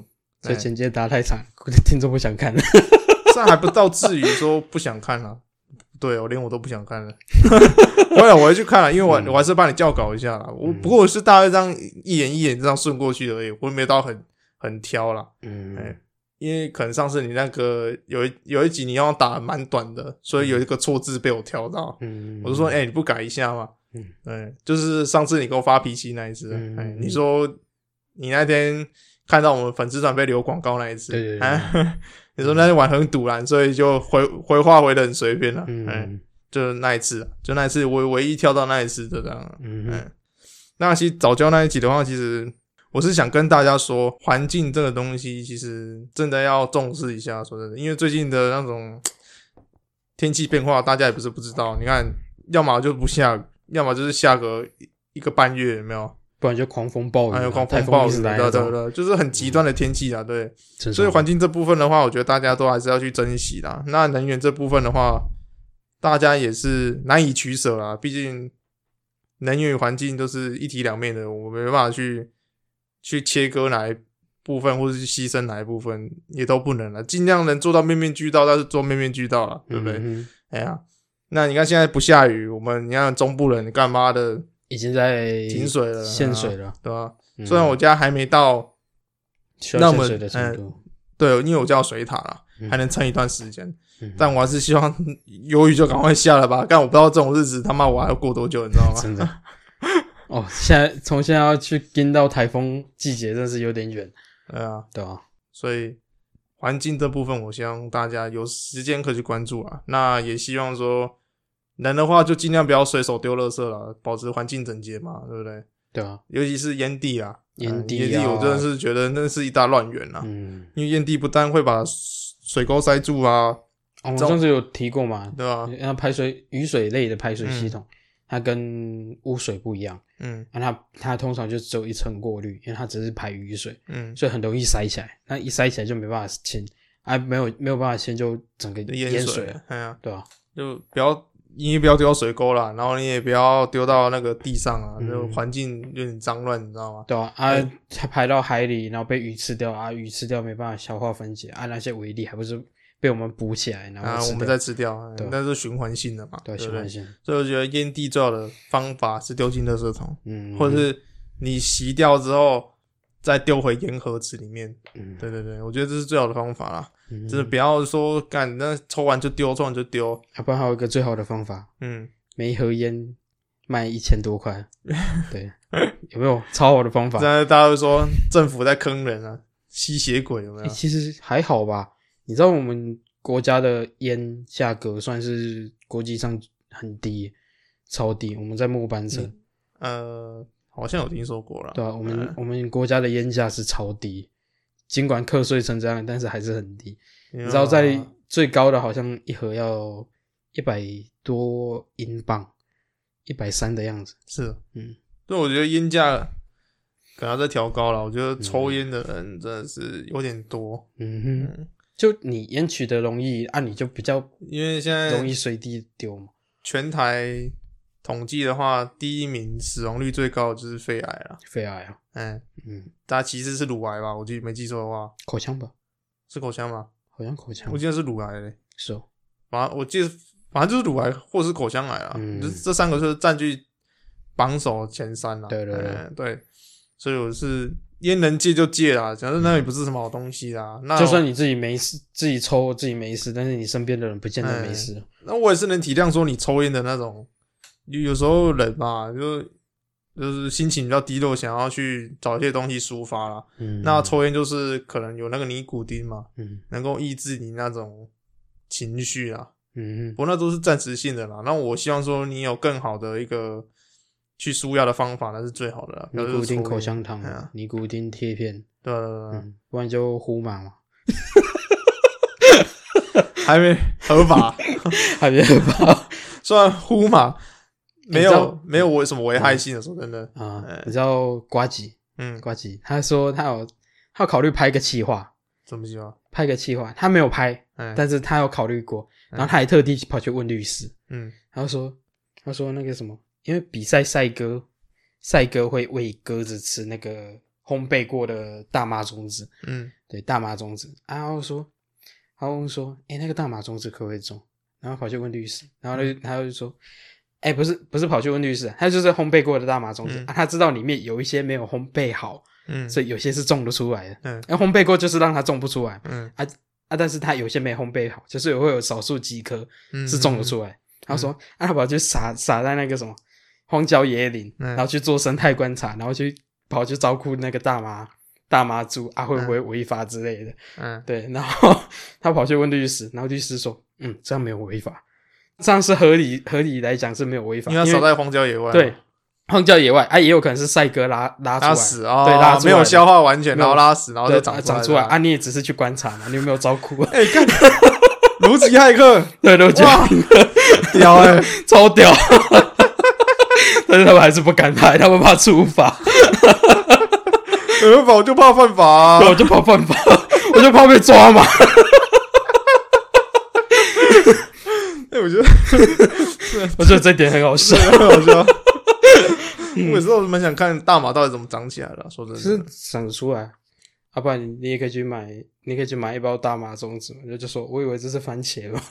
这情节打太长，听众不想看了。 这还不到至于说不想看啊。对，我连我都不想看了。当然我会去看了，因为我、嗯、我还是帮你校稿一下啦。我、嗯、不过我是大概这样一眼一眼这样顺过去而已，我没有到很很挑啦。嗯、欸，因为可能上次你那个有一有一集你要打蛮短的，所以有一个错字被我挑到。嗯，我就说，哎、欸，你不改一下吗？嗯，对，就是上次你给我发脾气那一次。嗯、欸，你说你那天看到我们粉丝团被留广告那一次。对对对。啊你说那天玩很堵然，所以就回回话回得很随便了。嗯、欸，就那一次，就那一次我唯一跳到那一次就这样。嗯、欸，那其实早教那一集的话，其实我是想跟大家说，环境这个东西其实真的要重视一下。说真的，因为最近的那种天气变化，大家也不是不知道。你看，要么就不下，要么就是下个一个半月，有没有？ 不然就狂风暴雨、啊， 还有狂风暴雨，对对对，就是很极端的天气啊，对。所以环境这部分的话，我觉得大家都还是要去珍惜啦。那能源这部分的话，大家也是难以取舍啦。毕竟能源与环境都是一体两面的，我没办法去去切割哪一部分，或者是牺牲哪一部分，也都不能了。尽量能做到面面俱到，但是做面面俱到啦，对不对？嗯、哎呀，那你看现在不下雨，我们你看中部人干嘛的？ 已经在停水了， 限水了， 啊、对吧、啊嗯？虽然我家还没到那么水的程度、 嗯，对，因为我家有水塔啦、嗯，还能撑一段时间、嗯。但我还是希望有雨就赶快下了吧，但我不知道这种日子他妈我还要过多久，你知道吗？ 真的。哦，现在从现在要去跟到台风季节，真是有点远。 对啊， 对啊， 所以环境这部分，我希望大家有时间可以去关注啊。那也希望说。能的话就尽量不要随手丢垃圾啦，保持环境整洁嘛，对不对？ 对啊， 尤其是烟蒂啦， 烟蒂、啊， 烟蒂我真的是觉得那是一大乱源啦。嗯，因为烟蒂不但会把水沟塞住啊， 哦，我上次有提过嘛， 对吧？ 那排水雨水类的排水系统，嗯、它跟污水不一样，嗯，那它它通常就只有一层过滤，因为它只是排雨水，嗯，所以很容易塞起来，那一塞起来就没办法清，啊，没有没有办法清就整个淹水了， 哎呀， 对吧、啊？ 就不要。你也不要丢到水沟啦，然后你也不要丢到那个地上啊，就环境有点脏乱，你知道吗？ 对啊，啊，它排到海里，然后被鱼吃掉啊，鱼吃掉没办法消化分解啊，那些微粒还不是被我们补起来，然后啊，我们再吃掉，那是循环性的嘛， 对，循环性。 所以我觉得烟蒂最好的方法是丢进垃圾桶，嗯，或者是你洗掉之后再丢回烟盒子里面，嗯，对对对，我觉得这是最好的方法啦。嗯、真的不要说干那抽完就丢，抽完就丢。 要、啊、不然还有一个最好的方法，嗯，每一盒烟卖一千多块，对，有没有超好的方法？ 现在大家都说政府在坑人啊，吸血鬼有没有、 欸？其实还好吧。你知道我们国家的烟价格算是国际上很低，超低。我们在末班车、 嗯，呃，好像有听说过啦。 对啊，我们、嗯、我们国家的烟价是超低。尽管课税成这样，但是还是很低。你知道，在最高的好像一盒要一百多英镑，一百三的样子。 是，嗯，所以我觉得烟价可能要再调高了。我觉得抽烟的人真的是有点多。嗯哼， 嗯就你烟取得容易，啊，你就比较因为现在容易随地丢嘛。 全台统计的话，第一名死亡率最高的就是肺癌啦。 肺癌啊， 嗯嗯，大家其实是乳癌吧？我记没记错的话， 口腔吧？ 是口腔吗？ 好像口腔， 我记得是乳癌嘞。 是哦， 反正我记得，反正就是乳癌或是口腔癌啦。嗯，这这三个就是占据榜首前三啦。 对对对、 嗯、对，所以我是烟能戒就戒啦，假如那也不是什么好东西啦。那就算你自己没事，自己抽自己没事，但是你身边的人不见得没事。 嗯、那我也是能体谅说你抽烟的那种，有时候人嘛，就就是心情比较低落，想要去找一些东西抒发啦。嗯，那抽烟就是可能有那个尼古丁嘛，嗯，能够抑制你那种情绪啦。嗯，不过那都是暂时性的啦。那我希望说你有更好的一个去舒压的方法，那是最好的啦。 尼古丁口香糖、啊、尼古丁贴片， 对对对、 嗯，不然就呼麻嘛。 还没合法， 还没合法。 虽然呼麻没有没有我什么危害性的，说真的啊、嗯嗯，你知道呱吉，嗯，呱吉，他说他有他有考虑拍一个企划， 什么企划？ 拍一个企划，他没有拍，嗯、但是他有考虑过，然后他还特地跑去问律师，嗯，然后说他说那个什么，因为比赛赛鸽，赛鸽会喂鸽子吃那个烘焙过的大麻种子， 嗯， 对，大麻种子。啊，然后说，他问说，哎、欸，那个大麻种子可不可以种？然后跑去问律师，然后他他就说，哎、欸，不是不是跑去问律师，他就是烘焙过的大麻种子、嗯、啊，他知道里面有一些没有烘焙好，嗯，所以有些是种得出来的，嗯，那烘焙过就是让它种不出来，嗯啊啊，但是他有些没烘焙好，就是会有少数几颗是种得出来。嗯、他说，啊，他跑去撒撒在那个什么荒郊野岭、嗯，然后去做生态观察，然后去跑去招呼那个大麻大麻株啊，会不会违法之类的？嗯，对，然后他跑去问律师，然后律师说，嗯，这样没有违法，这样是合理合理来讲是没有违法， 因为他撒在荒郊野外， 对。荒郊野外啊，也有可能是赛鸽拉拉出来， 拉屎哦， 对，拉出来没有消化完全，然后拉屎，然后就长长出来啊。你也只是去观察嘛，你有没有招哭？ 哎、欸，干，卢吉骇客， 对，卢吉骇客，屌哎、欸，超屌！但是他们还是不敢拍，他们怕处罚。 没办法，我就怕犯法啊！ 对，我就怕犯法，我就怕被抓嘛。 哎、欸，我觉得， 我觉得这点很好笑， 很好笑。我有时候蛮想看大麻到底怎么长起来的、啊，说真的， 是长得出来。要、啊、不然你你也可以去买，你可以去买一包大麻种子嘛，就就说我以为这是番茄嘛，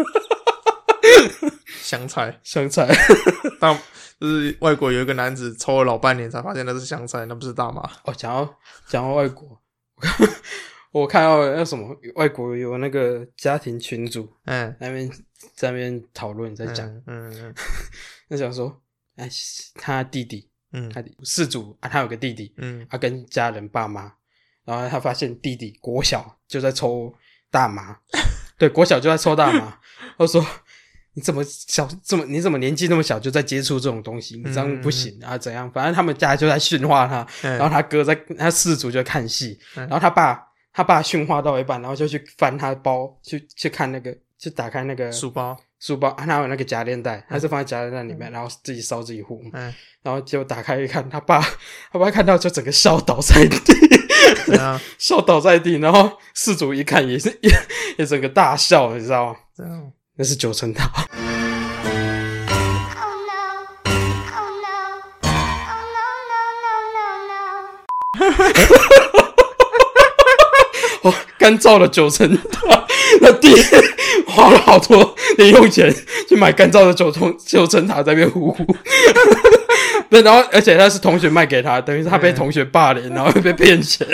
香菜， 香菜。 大就是外国有一个男子抽了老半年才发现那是香菜，那不是大麻。 哦，讲到讲到外国，我看到那什么外国有那个家庭群组，嗯，那边在那边讨论在讲，嗯嗯，那讲说，哎，他弟弟。嗯，他事主啊，他有个弟弟，嗯，他跟家人爸妈，然后他发现弟弟国小就在抽大麻，对，国小就在抽大麻，他说你怎么小这么你怎么年纪那么小就在接触这种东西，你这样不行、嗯、啊怎样？反正他们家就在训话他，嗯、然后他哥在他事主就在看戏、嗯，然后他爸他爸训话到一半，然后就去翻他包去去看那个，去打开那个书包。 书包啊，他有那个夹链袋，他是放在夹链袋里面、嗯，然后自己烧自己呼，嗯，然后结果打开一看，他爸他爸看到就整个笑倒在地，啊、笑倒在地，然后事主一看也是也也整个大笑，你知道吗？嗯、那是九层塔。哦，干燥的九层塔，那弟花了好多零用钱去买干燥的九层九层塔在那边呼呼。对，然后而且他是同学卖给他，等于是他被同学霸凌，然后被骗钱。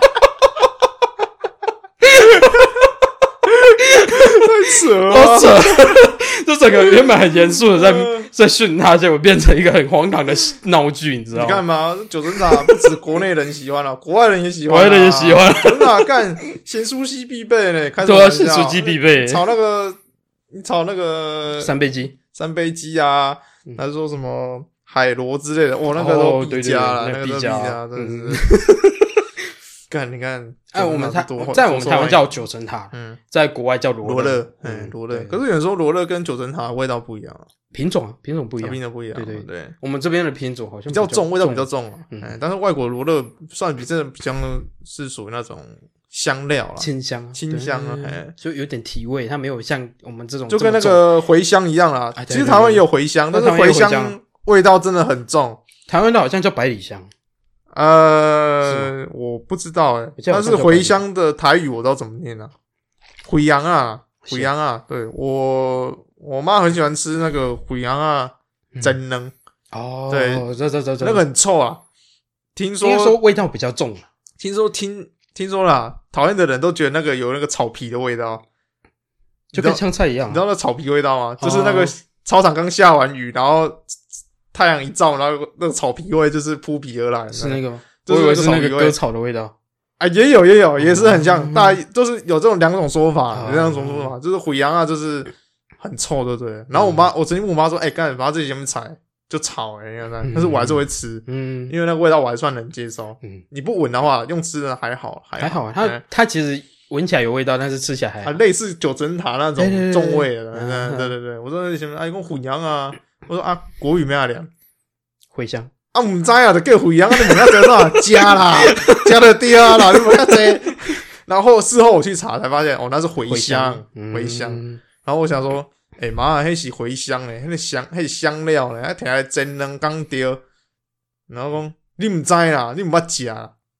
太扯了， 好扯！就整个原本很严肃的在在训他，结果变成一个很荒唐的闹剧，你知道吗？ 你看嘛，九层塔不止国内人喜欢了、啊，国外人也喜欢、啊， 国外人也喜欢。 九层塔干咸酥鸡必备呢，开什么玩笑？咸酥鸡必备， 炒那个你炒那个三杯鸡， 三杯鸡啊，还是说什么海螺之类的？哦，那个都必加了， 那个都必加，真的是。干，你看， 哎，我们台在我们台湾叫九层塔，嗯，在国外叫罗勒，嗯，罗勒。可是有人说罗勒跟九层塔的味道不一样啊， 品种品种不一样， 品种不一样， 对对对。 我们这边的品种好像比较重，味道比较重啊，嗯，但是外国罗勒算比真的比较是属于那种香料啦， 清香， 清香啊，哎， 就有点提味，它没有像我们这种就跟那个茴香一样啦。其实台湾也有茴香，但是茴香味道真的很重。 台湾的好像叫百里香。 呃，我不知道诶、欸，但是茴香的台语我知道怎么念啊，茴香啊，茴香啊，对，我我妈很喜欢吃那个茴香啊蒸扔、嗯、 哦， 对， 这这这那个很臭啊，听说应该说味道比较重， 听说听听说啦，讨厌的人都觉得那个有那个草皮的味道， 就跟香菜一样、啊， 你知道那草皮味道吗？就是那个操场刚下完雨，然后太阳一照，然后那个草皮味就是扑鼻而来， 是那个吗？ 就是、 我以为是那个割草的味道啊，也有也有，也是很像，嗯、大家都是有这种两种说法，有、嗯、两种说法，就是茴香啊，就是很臭，对不对？然后我妈，嗯、我曾经问我妈说，哎、欸，干嘛自己前面采就炒哎、欸，嗯、但是我还是会吃，嗯，因为那个味道我还算能接受，嗯，你不闻的话，用吃的还好，还好， 还好啊，它、欸、它其实闻起来有味道，但是吃起来还好、 啊、类似九层塔那种重味的，对对 对, 對, 對, 對，我说前面哎，讲茴香啊，我说啊，国语没阿凉。 茴香啊，唔知啊，就叫茴香，你问下多少加啦，加的对啊啦，你问下这。然后事后我去查才发现，哦，那是茴香，茴香、嗯。然后我想说，哎、欸、妈，那是茴香嘞，那香，那是香料嘞，还摕来蒸两刚丢。然后讲你唔知啦，你唔捌食，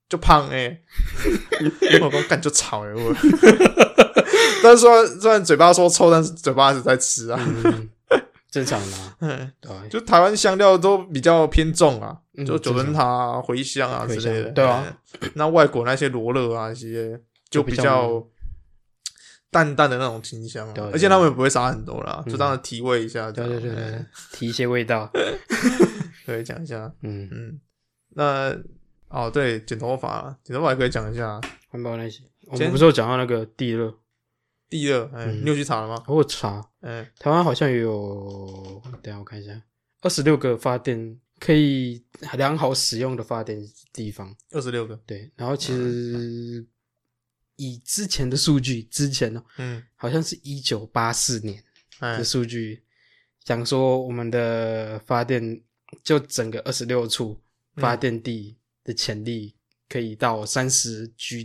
就胖哎、欸，我讲干就吵哎、欸、我，但是虽然虽然嘴巴说臭，但是嘴巴还是在吃啊， 嗯、正常的、啊， 嗯， 对， 就台湾香料都比较偏重啊， 嗯就九层塔啊、茴香啊之类的， 对啊， 那外国那些罗勒啊，这些就比较淡淡的那种清香、啊， 对对对， 而且他们也不会撒很多啦， 嗯、 就当然提味一下， 对对对对，提一些味道， 可以讲一下， 嗯嗯，那哦对，剪头发，剪头发也可以讲一下， 环保那些，我们不是有讲到那个地热， 地热，哎、欸嗯，你有去查了吗？ 我有查， 嗯， 台湾好像有，等一下我看一下，二十六个发电可以良好使用的发电地方， 二十六个， 对，然后其实以之前的数据，之前呢、喔， 嗯， 好像是一九八四年的数据，讲说我们的发电就整个二十六处发电地的潜力可以到三十 G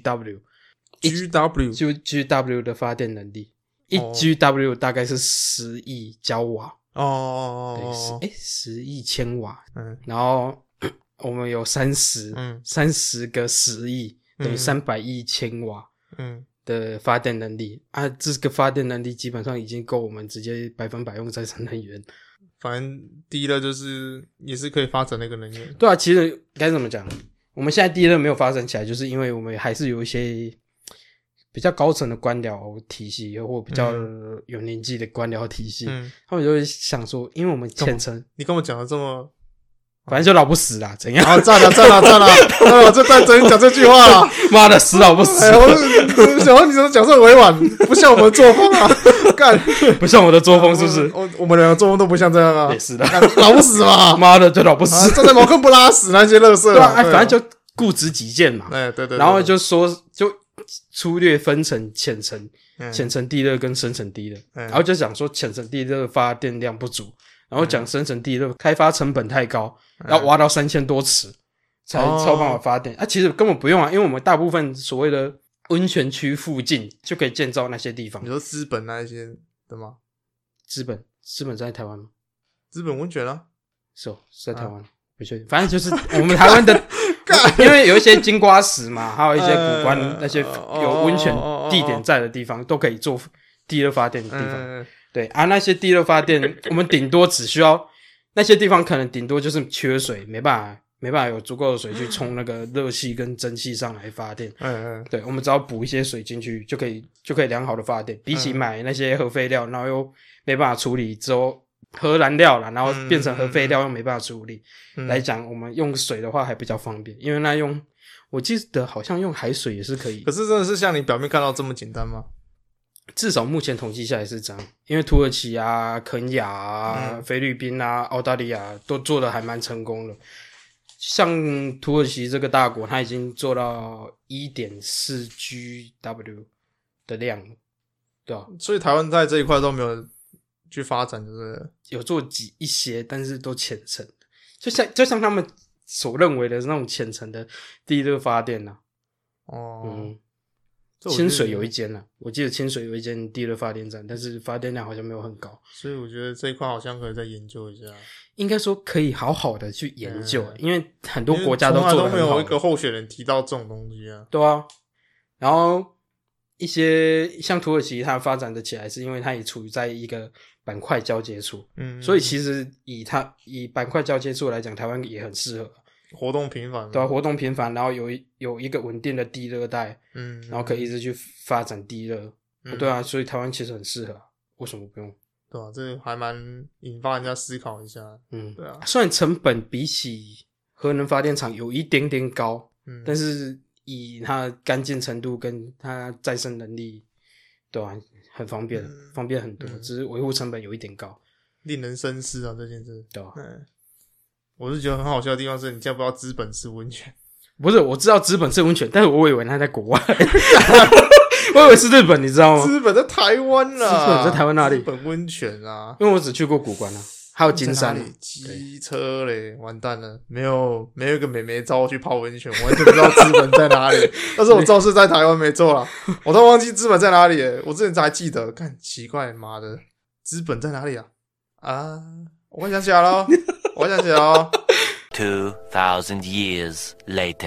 W，G W 就 G W 的发电能力，一 G W 大概是十亿焦瓦哦， 对，十诶十亿千瓦， 嗯， 然后我们有三十， 嗯， 三十个十亿等于三百亿千瓦， 嗯的发电能力啊，这个发电能力基本上已经够我们直接百分百用再生能源。 反正第热就是也是可以发展那个能源。 对啊，其实该怎么讲？我们现在第热没有发展起来，就是因为我们还是有一些比较高层的官僚体系，或比较有年纪的官僚体系， 嗯， 他们就会想说，因为我们浅层， 你跟我讲的这么。 反正就老不死啦，怎样？ 啊，赞了，赞了，赞了！我就在等你讲这句话啊！ 妈的，死老不死！ 哎，我想说你怎么讲这么委婉，不像我们的作风啊！干， 不像我的作风，是不是？ 我我们两个作风都不像这样啊！ 也是的， 老不死嘛！ 妈的，就老不死！ 站在茅坑不拉屎那些垃圾， 对啊，反正就固执己见嘛。 哎，对对。 然后就说，就粗略分成浅层、浅层地热跟深层地热，然后就讲说浅层地热发电量不足。然后讲深层地热开发成本太高，要挖到三千多尺才才有办法发电、哦、啊，其实根本不用啊，因为我们大部分所谓的温泉区附近就可以建造那些地方。 你说资本那一些的吗？ 资本资本在台湾吗？ 资本温泉啊， 是哦，是在台湾、啊、不确定，反正就是我们台湾的因为有一些金瓜石嘛，还有一些古关、呃、那些有温泉地点在的地方、哦、都可以做地热发电的地方、呃对啊，那些地热发电，我们顶多只需要那些地方可能顶多就是缺水，没办法，没办法有足够的水去冲那个热气跟蒸汽上来发电。嗯嗯，对，我们只要补一些水进去，就可以就可以良好的发电。比起买那些核废料，然后又没办法处理之后核燃料啦，然后变成核废料又没办法处理、嗯、来讲，我们用水的话还比较方便，因为那用我记得好像用海水也是可以。 可是真的是像你表面看到这么简单吗？ 至少目前统计下来是这样，因为土耳其啊、肯亚啊、嗯、菲律宾啊、澳大利亚都做得还蛮成功的。像土耳其这个大国，它已经做到 一点四 G W 的量了，对吧？ 所以台湾在这一块都没有去发展，就是有做几一些，但是都浅层，就像就像他们所认为的那种浅层的地热发电啊。哦，嗯。清水有一间啊，我记得清水有一间地热发电站，但是发电量好像没有很高， 所以我觉得这一块好像可以再研究一下。 应该说可以好好的去研究、嗯、因为很多国家都做得很好， 从来都没有一个候选人提到这种东西啊。 对啊，然后一些像土耳其它发展的起来是因为它也处于在一个板块交接处，嗯，所以其实以它以板块交接处来讲，台湾也很适合。 活动频繁， 对啊，活动频繁，然后有有一个稳定的地热带，嗯，然后可以一直去发展地热、嗯，对啊，所以台湾其实很适合、啊，为什么不用？ 对啊，这还蛮引发人家思考一下， 嗯， 对啊， 虽然成本比起核能发电厂有一点点高，嗯，但是以它干净程度跟它再生能力，对啊，很方便，嗯、方便很多、嗯，只是维护成本有一点高， 令人深思啊，这件事， 对啊， 嗯。我是觉得很好笑的地方是你竟然不知道资本是温泉， 不是我知道资本是温泉，但是我以为他在国外，我以为是日本，你知道吗？ 资本在台湾啦， 资本在台湾哪里？ 资本温泉啊， 因为我只去过古关啊，还有金山。 机车嘞，完蛋了，没有没有一个美眉招我去泡温泉，我完全不知道资本在哪里。但是我知道是在台湾没错啦，我都忘记资本在哪里了。我之前才记得，看奇怪，妈的，资本在哪里啊？啊，我想起来了。我想起来哦 Two thousand years later，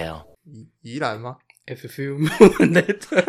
宜宜兰吗 ？A few moments later,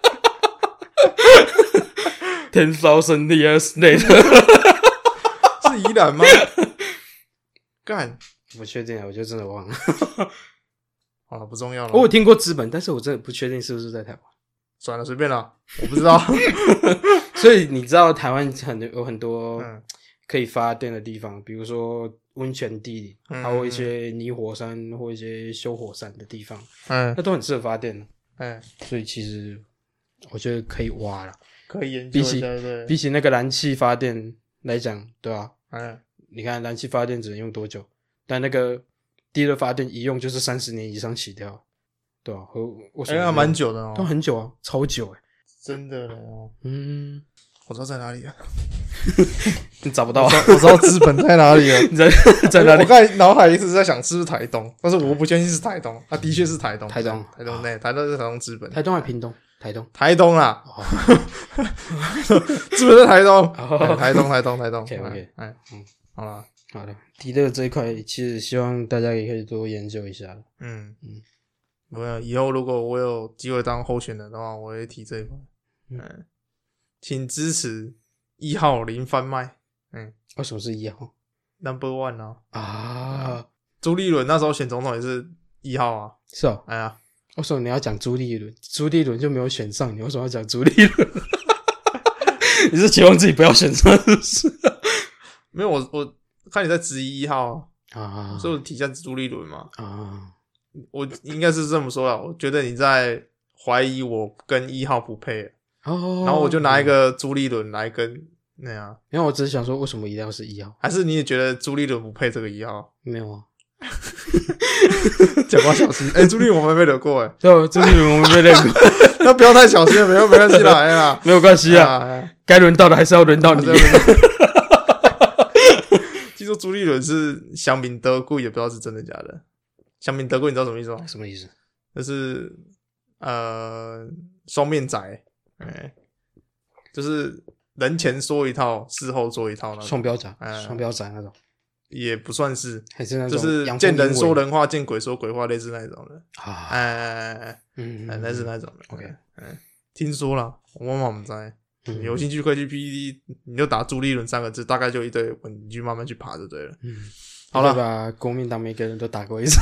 ten thousand years later， 是宜兰吗？干， 不确定啊，我就真的忘了。 好了，不重要了。 我有听过资本，但是我真的不确定是不是在台湾。 算了，随便啦，我不知道。 所以你知道台湾很有很多嗯可以发电的地方，比如说温泉地， 嗯还有一些泥火山或一些修火山的地方， 嗯那都很适合发电。 嗯， 所以其实我觉得可以挖啦， 可以研究一下， 比起对不对？ 比起那个燃气发电来讲，对吧、啊？ 嗯， 你看燃气发电只能用多久？但那个地热发电一用就是三十年以上起跳，对吧、啊？和为什哎， 么那蛮久的哦， 都很久啊，超久哎、欸。 真的哦。 嗯， 我知道在哪里了， 你找不到啊？ 我知道资本在哪里了。 你在在哪里我？刚才脑海一直在想是不是台东，但是我不确定是台东，啊，的确是台东， 台东台东内，台东是台东资本， 台东还屏东？台东。 台东啦， 哦资本在台东， 哦哎台东，台东，台东。 OK，OK 哎，嗯，好啦， 好的，地热这一块，其实希望大家也可以多研究一下。 嗯嗯嗯， 没有，以后如果我有机会当候选人的话，我会提这一块。 嗯嗯，请支持一号零贩卖，嗯为什么是一号 ，Number One 啊， 啊？ 朱立伦那时候选总统也是一号啊， 是哦， 哎呀， 为什么你要讲朱立伦？朱立伦就没有选上，你为什么要讲朱立伦？你是期望自己不要选上是不是？ 没有我我看你在质疑一号啊， 啊所以我提一下朱立伦嘛， 啊！ 我应该是这么说啦，我觉得你在怀疑我跟一号不配， 哦， 然后我就拿一个朱立伦来跟那样， 因为我只是想说，为什么一定要是一号？ 还是你也觉得朱立伦不配这个一号？ 没有啊， 讲话小心，哎、欸，朱立伦我们没惹过哎， 对，朱立伦我们没练过， 那不要太小心了，没有没关系啦，哎啦， 没有关系啊， 啊， 该轮到的还是要轮到你。 听说朱立伦是乡民得贵，也不知道是真的假的。乡民得贵，你知道什么意思吗？ 什么意思？ 就是呃双面仔，哎、欸，就是人前说一套，事后做一套那种。 双标仔， 哎双标仔那种， 也不算是， 还是那种就是阳奉见人阴违说人话，见鬼说鬼话，类似那种的。 啊， 哎哎哎嗯， 哎，类似那种的。 OK 哎，听说了，我妈妈不在。 嗯有兴趣可以去 P P T， 你就打朱立伦三个字，大概就一堆文，你去慢慢去爬就对了。 嗯， 好了就把国民党每个人都打过一次。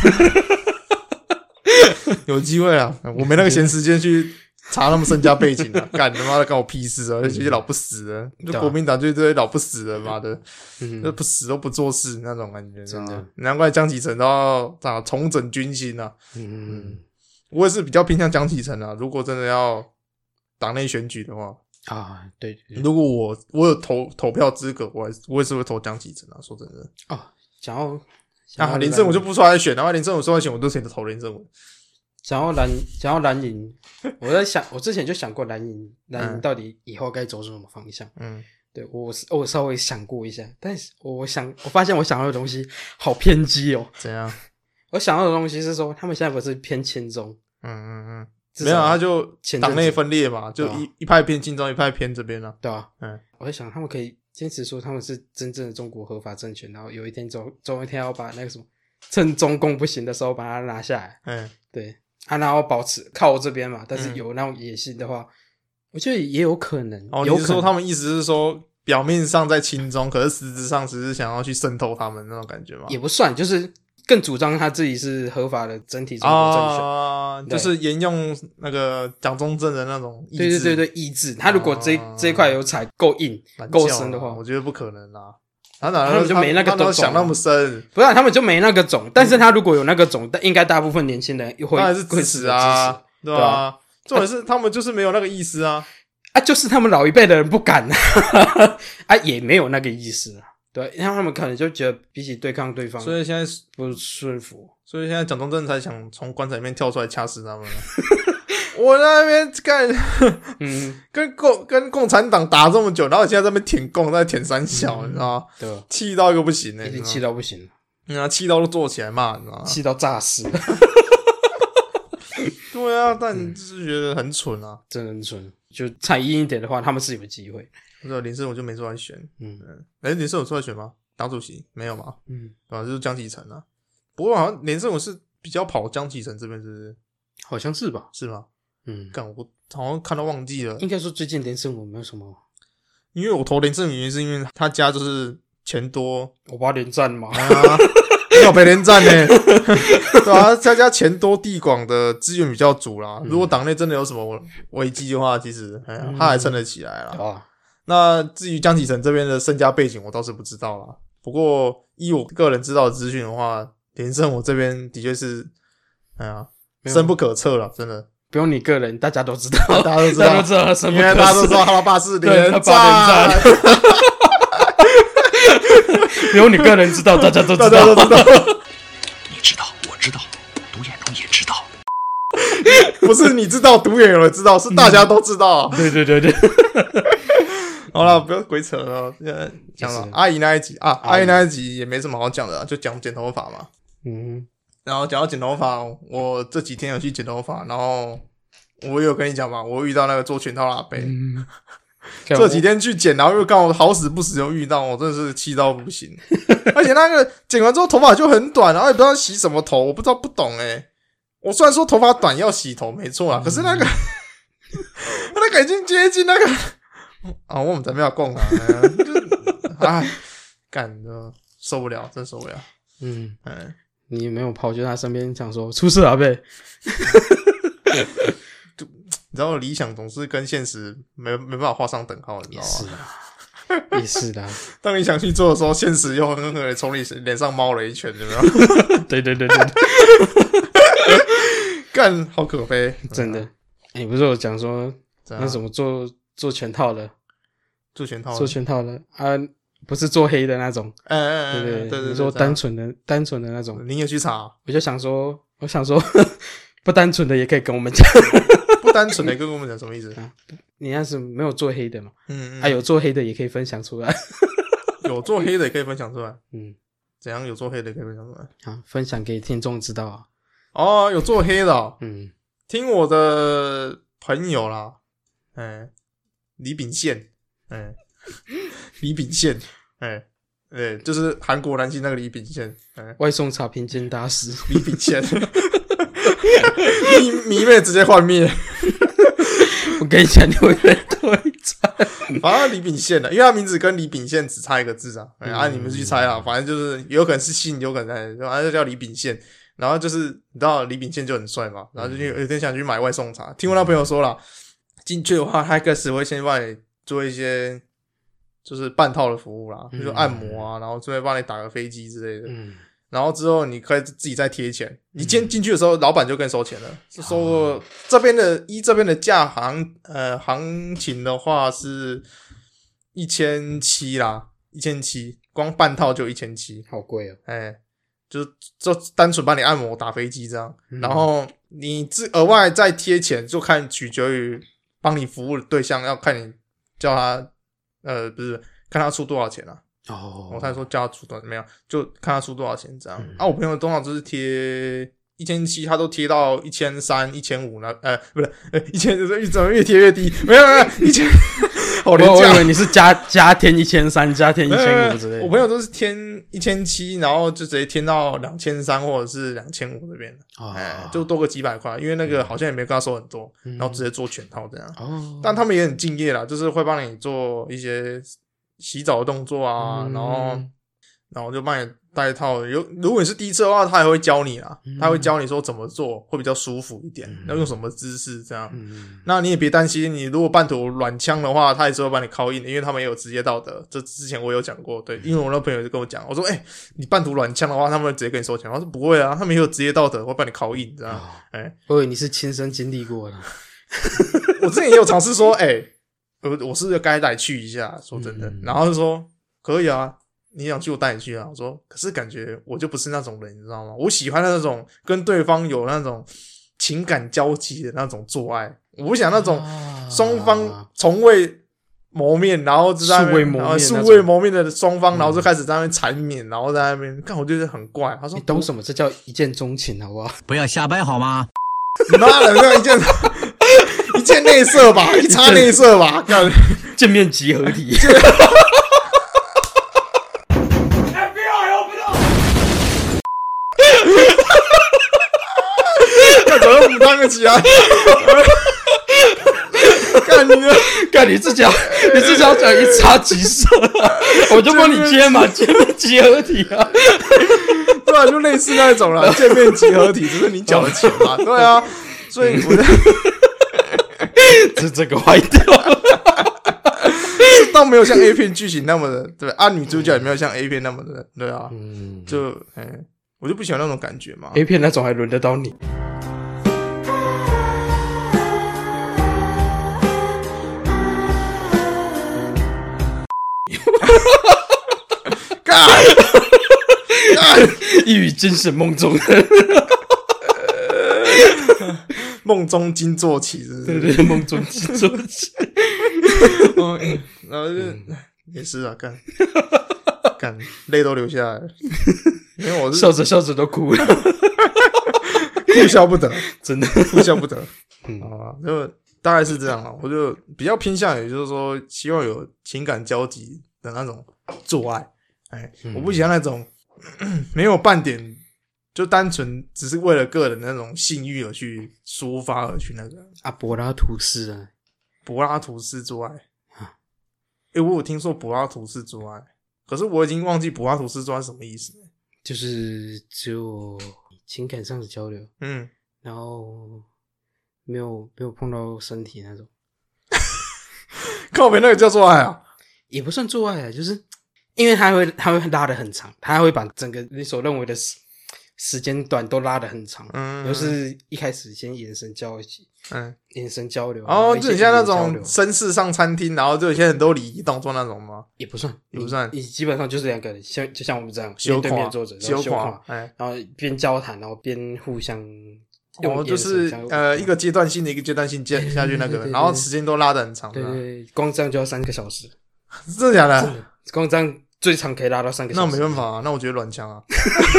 有机会啊，我没那个闲时间去查他们身家背景啊，干他妈的干我屁事啊！这些老不死的，就国民党就一堆老不死的，妈的， 嗯就不死都不做事那种感觉， 真的， 难怪江启臣都要咋重整军心啊。 嗯我也是比较偏向江启臣啊，如果真的要党内选举的话， 啊，对对对如果我我有投投票资格，我还是我也是会投江启臣啊。说真的， 哦，想要想啊， 要林正我就不出来选，然后林正我出来选，我都选择投林正我。 想要蓝想要蓝营，我在想，我之前就想过蓝营蓝营到底以后该走什么方向。 嗯， 对我我稍微想过一下，但是我想我发现我想要的东西好偏激哦。 怎样？ 我想要的东西是说，他们现在不是偏亲中， 嗯嗯嗯。 至少没有啊，他就前阵子党内分裂嘛，就对啊一一派偏亲中，一派偏这边啊。 对吧？ 嗯， 我在想，他们可以坚持说他们是真正的中国合法政权，然后有一天总总有一天要把那个什么，趁中共不行的时候把它拿下来。 嗯， 对，啊，然后保持靠我这边嘛，但是嗯有那种野心的话，我觉得也有可能。 哦， 有可能你是说他们意思是说，表面上在亲中，可是实质上只是想要去渗透他们那种感觉吗？ 也不算，就是更主张他自己是合法的整体中国政权。 啊， 对就是沿用那个蒋中正的那种意志， 对对对对，意志。他如果这、 啊这一块有踩够硬、 蛮够教啊深的话， 我觉得不可能啦。他哪他们就没那个他哪有种想那么深， 不然他们就没那个种。但是他如果有那个种，但应该大部分年轻人会当然是支会支持啊，对对吧？重点是他们就是没有那个意思啊。 啊，就是他们老一辈的人不敢啊，啊，也没有那个意思啊。对，因为他们可能就觉得比起对抗对方， 所以现在， 不顺服。 所以现在蒋中正才想从棺材里面跳出来掐死他们了。我在那边干， 嗯， 跟共跟共产党打这么久，然后现在在那边舔共，在舔三小，你知道吗？ 对吧？ 气到一个不行呢、欸， 已经气到不行了， 你知道吗，气到都坐起来骂，你知道吗？ 气到炸死， 对啊，但就是觉得很蠢啊。 真的很蠢。就踩硬一点的话，他们是有机会。 不知道林胜我就没出来选， 嗯嗯，哎、林胜有出来选吗？党主席没有吗？ 嗯， 对吧？就是江启臣啊。不过好像连胜我是比较跑江启臣这边，是不是？ 好像是吧？ 是吗？ 嗯， 干，我好像看到忘记了。 应该说最近连胜文没有什么， 因为我投连胜文原因是因为他家就是钱多， 我爸连战嘛。 啊，你有被连战呢？对啊，他家钱多地广的资源比较足啦。如果党内真的有什么危机的话，其实哎呀，他还撑得起来啦。 啊， 那至于江启臣这边的身家背景，我倒是不知道啦。不过依我个人知道的资讯的话，连胜我这边的确是，哎呀，深不可测了，真的。 不用你个人，大家都知道， 大家都知道， 大家都知道他深不可测， 因为大家都知道他爸是连他战， 爸连战。不用你个人知道，大家都知道， 大家都知道。 你知道，我知道，独眼龙也知道。 不是你知道，独眼有人知道，是大家都知道。 嗯、对对对对。 好了，不要鬼扯了。讲了阿姨那一集啊，阿姨那一集也没什么好讲的、啊，就讲剪头发嘛。 嗯， 然后讲到剪头发，我这几天有去剪头发，然后我有跟你讲嘛，我遇到那个做全套的阿伯。嗯，这几天去剪，然后又刚好好死不死又遇到，我真的是气到不行。而且那个剪完之后头发就很短，然后也不知道洗什么头，我不知道不懂诶、欸。我虽然说头发短要洗头没错啊，可是那个那个已经接近那个啊，我们才没有讲啊，哎，干的受不了，真受不了。 嗯， 嗯， 你没有跑去他身边讲说出事了呗？ 你知道理想总是跟现实没没办法画上等号，你知道吗？ 是啊，也是的。 当你想去做的时候，现实又狠狠的从你脸上猫了一拳，有没有？ 对对对对， 干好可悲， 真的。哎、欸，不是有讲说那什么做做全套的， 做全套的， 做全套的啊，不是做黑的那种。 哎哎哎， 对对对对对， 你说单纯的单纯的那种， 你也去查？ 我就想说，我想说，不单纯的也可以跟我们讲。 不单纯的跟我们讲什么意思？ 啊、你要是没有做黑的嘛， 嗯嗯， 啊有做黑的也可以分享出来。 有做黑的也可以分享出来， 嗯， 怎样有做黑的也可以分享出来？ 好，分享给听众知道啊。 哦，有做黑的、哦， 嗯， 听我的朋友啦，哎，李秉宪，哎，李秉宪，哎，对，就是韩国男星那个李秉宪，哎， 外送茶品鉴大师李秉宪，迷迷妹直接幻灭。 我跟你讲，你会被推惨。 反正李秉宪的，因为他名字跟李秉宪只差一个字啊，哎、嗯，啊，你们去猜啊，反正就是有可能是姓，有可能反正就叫李秉宪。然后就是你知道李秉宪就很帅嘛，然后就有点想去买外送茶。听我那朋友说啦，进去的话，他开始会先帮你做一些就是半套的服务啦，比如说按摩啊，然后顺便帮你打个飞机之类的。嗯，然后之后你可以自己再贴钱。你今天进去的时候，老板就跟你收钱了，是收、哦、这边的依这边的价行呃行情的话是一千七啦，一千七，光半套就一千七， 好贵哦， 哎。就就单纯帮你按摩打飞机这样、嗯、然后你自额外再贴钱就看取决于帮你服务的对象，要看你叫他呃不是看他出多少钱啊。哦，我才说叫他出多少怎么样，就看他出多少钱这样、嗯、啊。我朋友通常就是贴一千七，他都贴到一千三一千五呢，呃不是呃一千怎么越贴越低，没有没有一千好廉价， 我以为你是加加添一千三加添一千五之类的。 我朋友都是添一千七，然后就直接添到两千三或者是两千五这边，哦、哎，就多个几百块，因为那个好像也没跟他收很多，嗯、然后直接做全套这样。哦，但他们也很敬业啦，就是会帮你做一些洗澡的动作啊，嗯、然后然后就帮你带套。有如果你是第一次的话，他也会教你啦，嗯、他会教你说怎么做会比较舒服一点，要、嗯、用什么姿势这样。嗯、那你也别担心，你如果半途软枪的话，他也是会帮你call in的，因为他们也有职业道德。这之前我有讲过，对，因为我那朋友就跟我讲，我说，哎、欸，你半途软枪的话，他们会直接跟你收钱。他说不会啊，他们也有职业道德，会帮你call in这样。哎、哦欸， 我以为你是亲身经历过的。 我之前也有尝试说，哎、欸，我我是不是该带去一下？说真的，嗯、然后就说可以啊。你想去我带你去啊？我说，可是感觉我就不是那种人，你知道吗？我喜欢那种跟对方有那种情感交集的那种做爱，我不想那种双方从未谋面，然后就在那边素未谋面的双方，然后就开始在那边缠绵，然后在那边看，我觉得很怪。他说：“ 你懂什么？这叫一见钟情，好不好？ 不要瞎掰好吗？ 你妈的，这一见一见内射吧，一插内射吧，干见面即合体。” 干什么母汤个起来。干你呢？ 干你自己要，你自己要讲一差几色啊？我就帮你接嘛，见面集合体啊。 对啊，就类似那种啦，见面集合体，只是你缴的钱嘛。对啊，所以我这这个坏掉了。 是倒没有像 A 片剧情那么的，对啊，女主角也没有像 A 片那么的，对啊，嗯，就哎、欸，我就不喜欢那种感觉嘛。 A 片那种还轮得到你？ 干干， 一语惊醒梦中人。 梦中惊坐起，是不是？ 对对，梦中惊坐起。 嗯，然后就、嗯、也是啊，干干，泪都流下来了，因为我是笑着笑着都哭了， 哭笑不得， 真的哭笑不得。 嗯啊，就大概是这样啊。我就比较偏向，也就是说，希望有情感交集的那种做爱。哎、嗯，我不喜欢那种没有半点。就单纯只是为了个人的那种性欲而去抒发而去那个啊，柏拉图式啊， 柏拉图式做爱。诶、欸，我有听说柏拉图式做爱，可是我已经忘记柏拉图式做爱什么意思了。 就是只有情感上的交流， 嗯， 然后没有没有碰到身体那种。 靠北那个叫做爱啊？ 也不算做爱啊，就是因为它会它会拉得很长，它会把整个你所认为的时间段都拉得很长，嗯，就是一开始先眼神交集，嗯，眼神交流， 哦，就很像那种绅士上餐厅，然后就有些很多礼仪动作那种吗？ 也不算， 也不算， 你基本上就是两个人，像就像我们这样面对面坐着， 修垮，哎，然后边交谈，然后边互相， 哦，就是呃一个阶段性的一个阶段性接下去那个，然后时间都拉得很长， 对对，光这样就要三个小时， 真的假的？ 真的，光这样最长可以拉到三个小时， 那没办法啊，那我觉得软枪啊。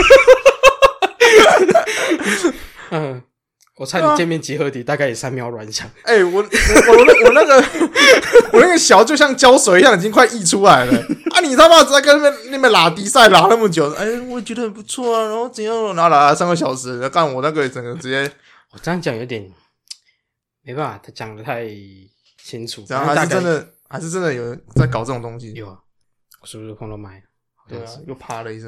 嗯，我猜你见面集合体大概也三秒软枪。 哎、欸，我我我我那个我那个小就像胶水一样，已经快溢出来了。啊，你他妈在跟那边那边拉迪赛拉那么久，哎、欸，我觉得很不错啊，然后怎样，然后拉了三个小时，干我那个整个直接， 我这样讲有点没办法，他讲的太清楚。 然后还是真的，还是真的有人在搞这种东西。 有啊，我是不是碰到麦？ 对啊，又啪了一声。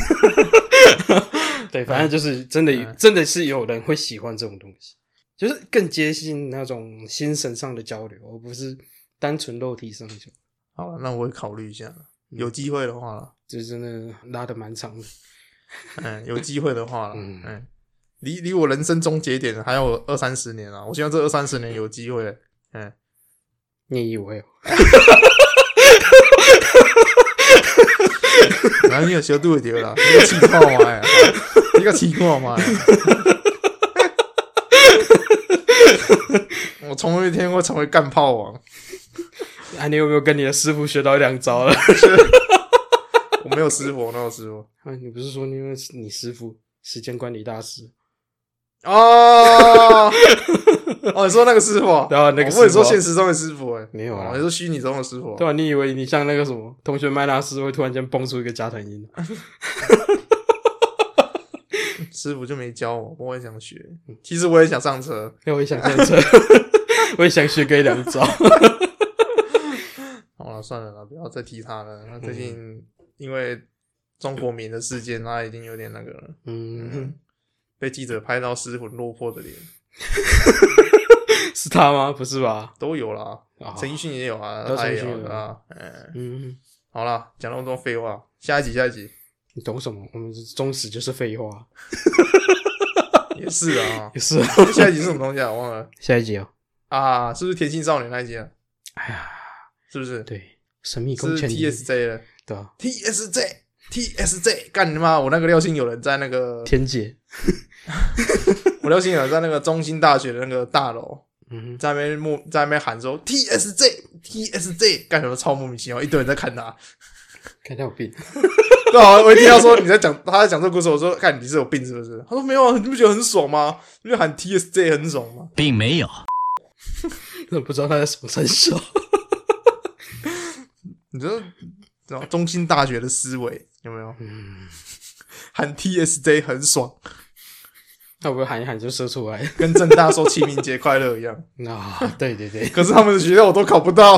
对，反正就是真的，嗯、真的是有人会喜欢这种东西，就是更接近那种精神上的交流，而不是单纯肉体上的交流。 好了，那我会考虑一下，有机会的话啦， 就真的拉得蛮长的。 嗯，有机会的话啦，嗯，嗯离离我人生终结点还有二三十年啊！我希望这二三十年有机会。嗯， 你以为？ 然后你有小度的对啦，你个气泡嘛呀，你个气泡嘛呀！我总有一天会成为干炮王。 啊，你有没有跟你的师傅学到一两招了？ 我没有师傅，我没有师傅。 啊，你不是说你有你师傅时间管理大师？ 哦哦，你说那个师傅？ 对啊，那个师傅。 我跟你说现实中的师傅哎， 没有啊， 你说虚拟中的师傅。 对啊，你以为你像那个什么同学麦纳斯会突然间蹦出一个加藤鹰？ 师傅就没教我，我也想学。其实我也想上车， 我也想上车，我也想学个一两招。 好了，算了啦，不要再提他了。他最近因为中国民的事件，他已经有点那个了。嗯。嗯被记者拍到失魂落魄的脸， 是他吗？不是吧？ 都有啦，陈奕迅也有啊，他也有啊。嗯嗯，好啦，讲那么多废话，下一集，下一集， 你懂什么？我们忠实就是废话， 也是啊， 也是啊。 下一集是什么东西啊？我忘了。 下一集哦， 啊，是不是甜心少女那一集啊？ 哎呀， 是不是？ 对，神秘公权力 T S J 了， 对啊 ，T S J。T S J 干你妈！我那个廖星有人在那个天界， 我廖星有人在那个中兴大学的那个大楼，嗯，在那边莫在那边喊说 T S J T S J 干什么超莫名其妙，一堆人在看他， 看他有病。 对啊，我一听到说你在讲他在讲这个故事，我说看你是有病是不是？他说没有啊，你不觉得很爽吗？你不觉得喊 T S J 很爽吗？ 并没有， 我不知道他在什么三小。 你知道？然后中兴大学的思维有没有？嗯，喊 T S J 很爽， 那我喊一喊就射出来， 跟政大说清明节快乐一样。 啊，对对对， 可是他们的学校我都考不到，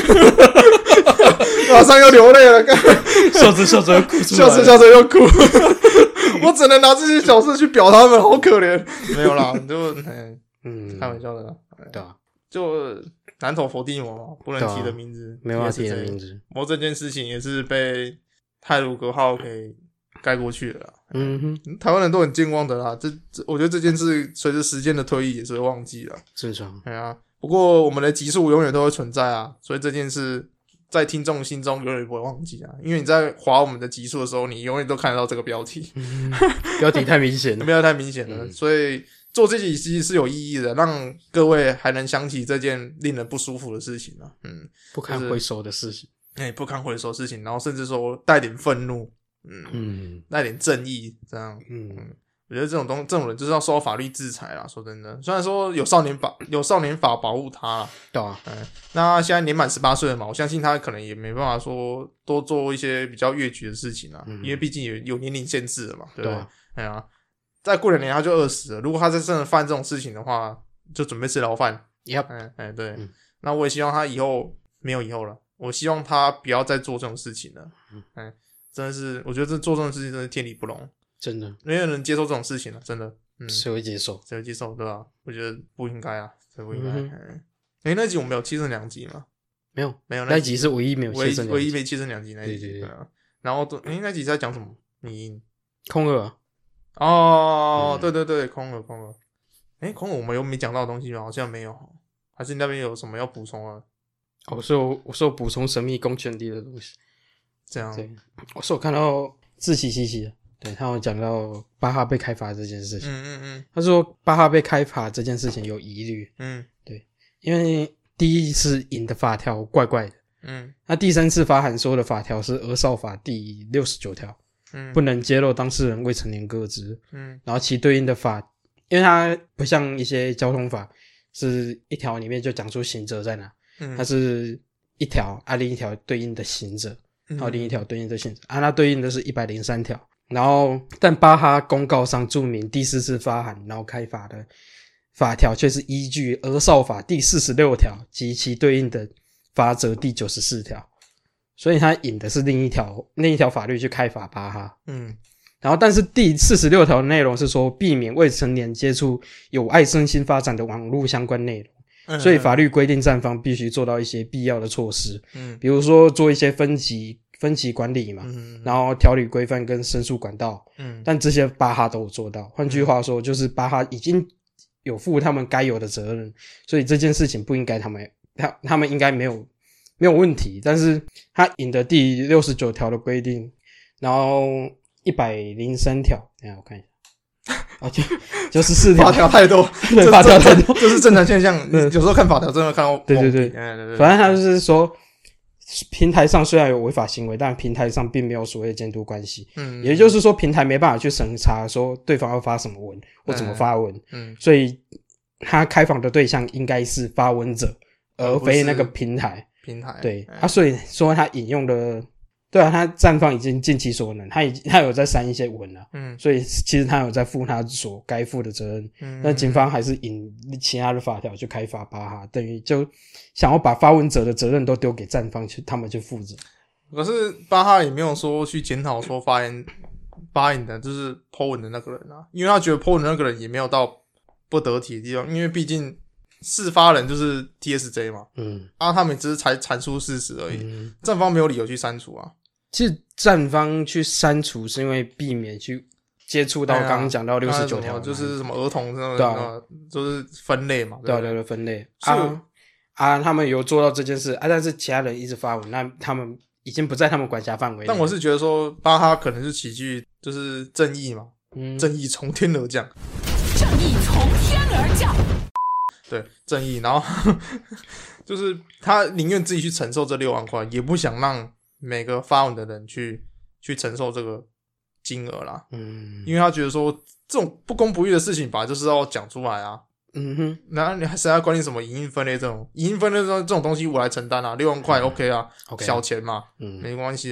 马上又流泪了， 笑着笑着又哭出来， 笑着笑着又哭，我只能拿这些小事去表他们，好可怜。没有啦，就嗯，开玩笑的啦， 对啊， 就南投佛地魔嘛，不能提的名字， 没办法提的名字。 不过这件事情也是被太鲁阁号给盖过去了啦。 嗯哼， 台湾人都很健忘的啦，这这我觉得这件事随着时间的推移也是会忘记了， 正常。 对啊，不过我们的集数永远都会存在啊，所以这件事在听众心中永远不会忘记啊，因为你在滑我们的集数的时候，你永远都看得到这个标题， 嗯、标题太明显了， 标题太明显了，嗯、所以做这集其实是有意义的，让各位还能想起这件令人不舒服的事情啊，嗯， 不堪回首的事情， 哎、就是欸，不堪回首的事情，然后甚至说带点愤怒。嗯嗯，带点正义，这样，嗯，我觉得这种东这种人就是要受到法律制裁啦。说真的，虽然说有少年法有少年法保护他啦， 对啊， 嗯，那现在年满十八岁了嘛，我相信他可能也没办法说多做一些比较越矩的事情啊，嗯、因为毕竟有有年龄限制了嘛，对不对？哎呀、啊，再过两年他就二十了，如果他真的犯这种事情的话，就准备吃牢饭。 Yep， 哎哎，对、嗯，那我也希望他以后没有以后了，我希望他不要再做这种事情了，嗯。哎真的是，我觉得这做这种事情真的天理不容， 真的， 没有人接受这种事情了，真的，嗯， 谁会接受？ 谁会接受，对吧？我觉得不应该啊，谁不应该？哎、嗯欸，那集我们有切成两集吗？ 没有， 没有， 那集是唯一没有切成两集， 唯一没切成两集那一集， 对对对。 对啊、然后都，哎、欸，那集在讲什么？你空耳、啊、 哦、嗯，对对对，空耳空耳，哎、欸，空耳我们有没讲到的东西吗？好像没有，还是你那边有什么要补充啊？ 哦，我说我说补充神秘公权力的东西。 这样， 对，我是有看到自习西西的，对他有讲到巴哈被开罚这件事情。 嗯嗯嗯， 他说巴哈被开罚这件事情有疑虑。 嗯， 对，因为第一次引的法条怪怪的。 嗯， 那第三次发函说的法条是《儿少法》第六十九条，嗯，不能揭露当事人未成年个资。嗯，然后其对应的法，因为它不像一些交通法是一条里面就讲出刑责在哪，嗯，它是一条啊，另一条对应的刑责。还有另一条对应的刑责啊，那对应的是一百零三条。然后，但巴哈公告上注明第四次发函然后开罚的法条却是依据《儿少法》第四十六条及其对应的罚则第九十四条，所以他引的是另一条另一条法律去开罚巴哈。嗯，然后但是第四十六条的内容是说避免未成年接触有碍身心发展的网络相关内容。所以法律规定站方必须做到一些必要的措施，嗯，比如说做一些分级分级管理嘛，嗯，然后条理规范跟申诉管道，嗯，但这些巴哈都有做到。换句话说，就是巴哈已经有负他们该有的责任，所以这件事情不应该他们他他们应该没有没有问题。但是他引的第六十九条的规定，然后一百零三条，等一下我看一下。啊，就九十四条， 法条太多， 对，法条太多， 这是正常现象。有时候看法条，真的看到， 对对对，对对对。反正他就是说，平台上虽然有违法行为，但平台上并没有所谓的监督关系。嗯，也就是说，平台没办法去审查说对方要发什么文或怎么发文。嗯，所以他开放的对象应该是发文者，而非那个平台。 平台对啊，所以说他引用的。对啊，他站方已经尽其所能，他已他有在删一些文了，嗯，所以其实他有在负他所该负的责任，嗯，但警方还是引其他的法条去开罚巴哈，等于就想要把发文者的责任都丢给站方去，他们去负责。 可是巴哈也没有说去检讨说发言发言的就是 po 文的那个人啊，因为他觉得 po 文的那个人也没有到不得体的地方，因为毕竟事发人就是 T S J 嘛，嗯，啊，他们只是才阐述事实而已，嗯，站方没有理由去删除啊。 其实站方去删除是因为避免去接触到刚刚讲到六十九条， 就是什么儿童这种，对啊，就是分类嘛， 对啊，对对，分类啊啊，他们有做到这件事啊，但是其他人一直发文，那他们已经不在他们管辖范围内。 但我是觉得说，巴哈可能是起居就是正义嘛，嗯，正义从天而降， 正义从天而降， 对，正义，然后就是他宁愿自己去承受这六万块，也不想让每个发文的人去去承受这个金额啦，嗯，因为他觉得说这种不公不义的事情本来就是要讲出来啊，嗯哼，那你还是要管你什么影音分类这种影音分类这种这种东西我来承担啊，六万块 OK 啊， okay 小钱嘛， 嗯， 没关系啊，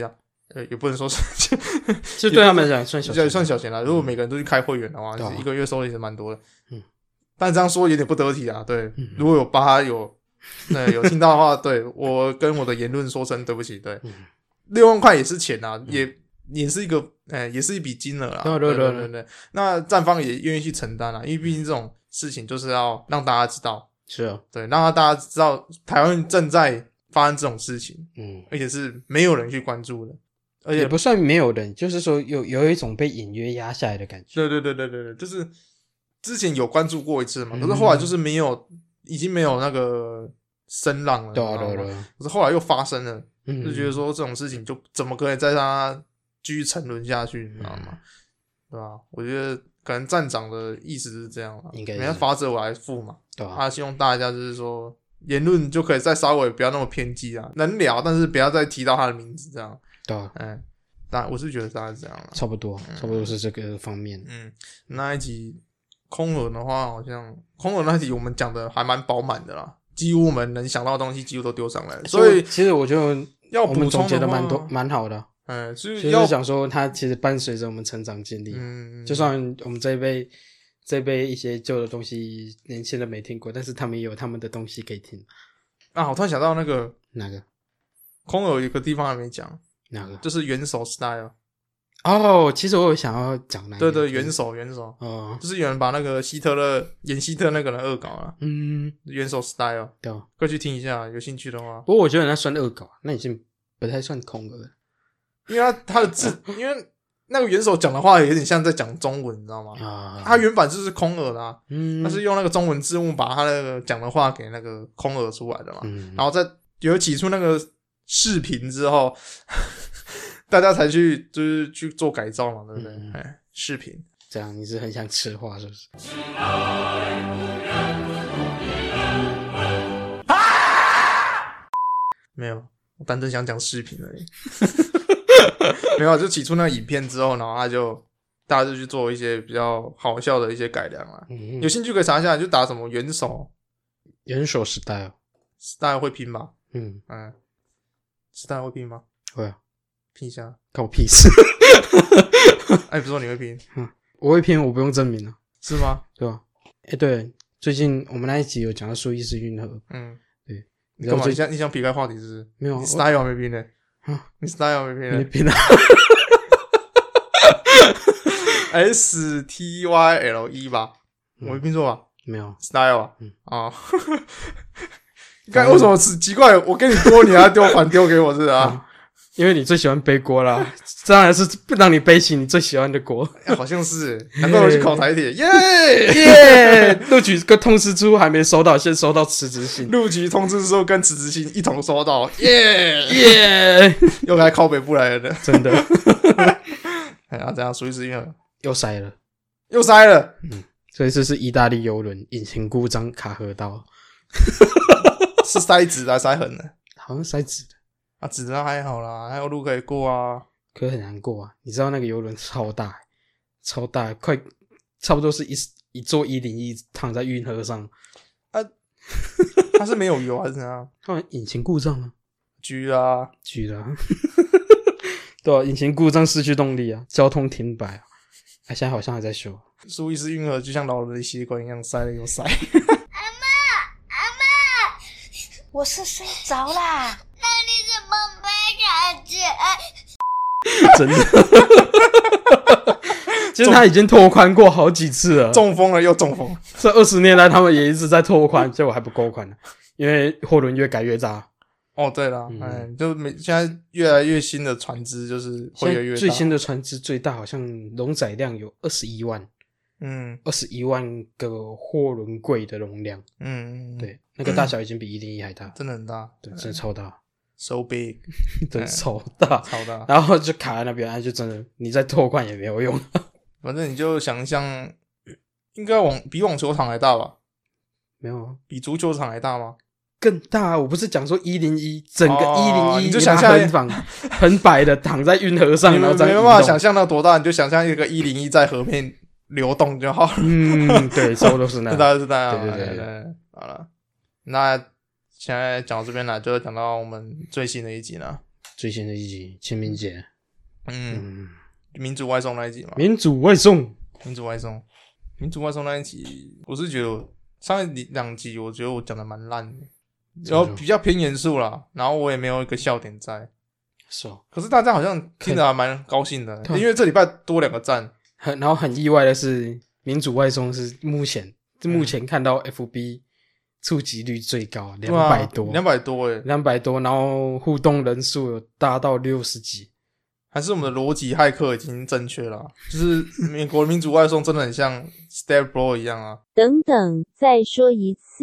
呃，也不能说是， 就对他们来讲算小钱， 算小钱啦。如果每个人都去开会员的话， 嗯、 一个月收入也是蛮多的。 嗯， 但这样说有点不得体啊。对，嗯、如果有把他有，对，有听到的话，对我跟我的言论说声对不起。对，六、嗯、万块也是钱啊，嗯、也也是一个，呃，也是一笔金额啦。 对对对对, 对对对。那站方也愿意去承担啦，因为毕竟这种事情就是要让大家知道， 是啊， 对，让大家知道台湾正在发生这种事情， 嗯， 而且是没有人去关注的。而且也不算没有人，就是说有有一种被隐约压下来的感觉。 对对对对对对，就是之前有关注过一次嘛，嗯、可是后来就是没有，已经没有那个声浪了。 对啊对啊对啊。可是后来又发生了， 嗯、 就觉得说这种事情就怎么可以再让它继续沉沦下去，你知道吗？嗯、对吧？我觉得可能站长的意思是这样啦， 应该是。 人家法则我来负嘛， 对啊。 他希望大家就是说言论就可以再稍微不要那么偏激啊，能聊但是不要再提到他的名字这样。 对啊。 嗯。大我是觉得大概是这样啦， 差不多，嗯、差不多是这个方面。 嗯，那一集空耳的话，好像空耳那一集我们讲的还蛮饱满的啦，几乎我们能想到的东西几乎都丢上来了。所以其实我就要我们总结的蛮多蛮好的。 嗯， 就是要讲说，它其实伴随着我们成长经历。嗯，就算我们这一辈这一辈一些旧的东西，年轻人没听过，但是他们也有他们的东西可以听。 啊，我突然想到那个哪个空耳有个地方还没讲。 哪个？ 就是元首 style 哦，其实我有想要讲那个。 对对，元首元首哦， 就是有人把那个希特勒演希特那个人恶搞了。嗯，元首 style 对， 快去听一下，有兴趣的话。 不过我觉得那算恶搞，那已经不太算空了， 因为他他的字，因为那个元首讲的话有点像在讲中文，你知道吗？啊，他原版就是空耳的啊，嗯，他是用那个中文字幕把他那个讲的话给那个空耳出来的嘛，嗯，然后再有起出那个视频之后，大家才去就是去做改造嘛，对不对？哎、嗯，视频这样你是很想吃话是不是？ 啊！没有，我单纯想讲视频而已。没有，就起出那个影片之后，然后他就大家就去做一些比较好笑的一些改良啦。嗯、有兴趣可以查一下，就打什么元首， 元首 style style 会拼吧？ 嗯嗯。style 会拼吗？ 会啊， 拼一下， 关我屁事。 哎，不是说你会拼？ 嗯，我会拼，我不用证明了， 是吗？ 对吧？哎，对，最近我们那一集有讲到苏伊士运河， 嗯， 对， 你干嘛？你想你想撇开话题是不是？ 没有， 你 style 没拼呢？啊，你 style 没拼呢？ 你拼了。 S T Y L E 吧，我没拼错吧？ 没有 style 啊，嗯啊。刚为什么是奇怪？我跟你多，你还丢反丢给我是啊、嗯？ 因为你最喜欢背锅啦，当然是不让你背起你最喜欢的锅。 欸、好像是，难怪我去考台铁，耶耶！录取跟通知书还没收到，先收到辞职信。 录取通知书跟辞职信一同收到，耶耶！ 又来靠北部来了的， 真的。 哎呀，这样苏伊士运河又塞了， 又塞了。 嗯，这一次是意大利邮轮引擎故障卡河道。 是塞纸的还是塞痕的？ 好像塞纸的啊，纸的还好啦，还有路可以过啊。 可是很难过啊！你知道那个邮轮超大，超大，快差不多是一一座一零一躺在运河上啊。它是没有油还是怎样？ 它好像引擎故障啊， 狙啊， 狙啊，对啊，引擎故障失去动力啊，交通停摆啊。啊，现在好像还在修。 苏伊士运河就像老人的吸管一样，塞了又塞。 我是睡着啦，那你怎么没感觉？真的，其实他已经拓宽过好几次了， 中风了又中风。 这二十年来，他们也一直在拓宽，结果还不够宽呢，因为货轮越改越大。 哦，对了，嗯、哎，就每现在越来越新的船只就是会越来越大。 最新的船只最大好像容载量有二十一万。 嗯， 二十一万个货轮柜的容量， 嗯， 对，那个大小已经比一零一还大， 真的很大， 对，真的超大 ，so big， 真的超大， 超大， 然后就卡在那边，就真的你再拓宽也没有用， 反正你就想象，应该网比网球场还大吧？ 没有， 比足球场还大吗？ 更大，我不是讲说一零一，整个一零一， 你就想象横ฝั่横摆的躺在运河上，然后没办法想象那多大，你就想象一个一零一在河面流动就好了。 嗯，对，差不多是那样， 是的，是的， 对对对对, 对, 对，好了，那现在讲到这边来，就讲到我们最新的一集了。 最新的一集清明节， 嗯，嗯民主外送那一集嘛， 民主外送， 民主外送，民主外送那一集，我是觉得上两集我觉得我讲的蛮烂的，然后比较偏严肃啦，然后我也没有一个笑点在。 是哦， 可是大家好像听着还蛮高兴的，因为这礼拜多两个赞。 很然后很意外的是，民主外送是目前是目前看到 F B 触及率最高，两百多， 两百多诶， 两百多，然后互动人数有达到六十几。 还是我们的逻辑骇客已经正确了，就是美国的民主外送真的很像 Step Bro 一样啊。 等等，再说一次。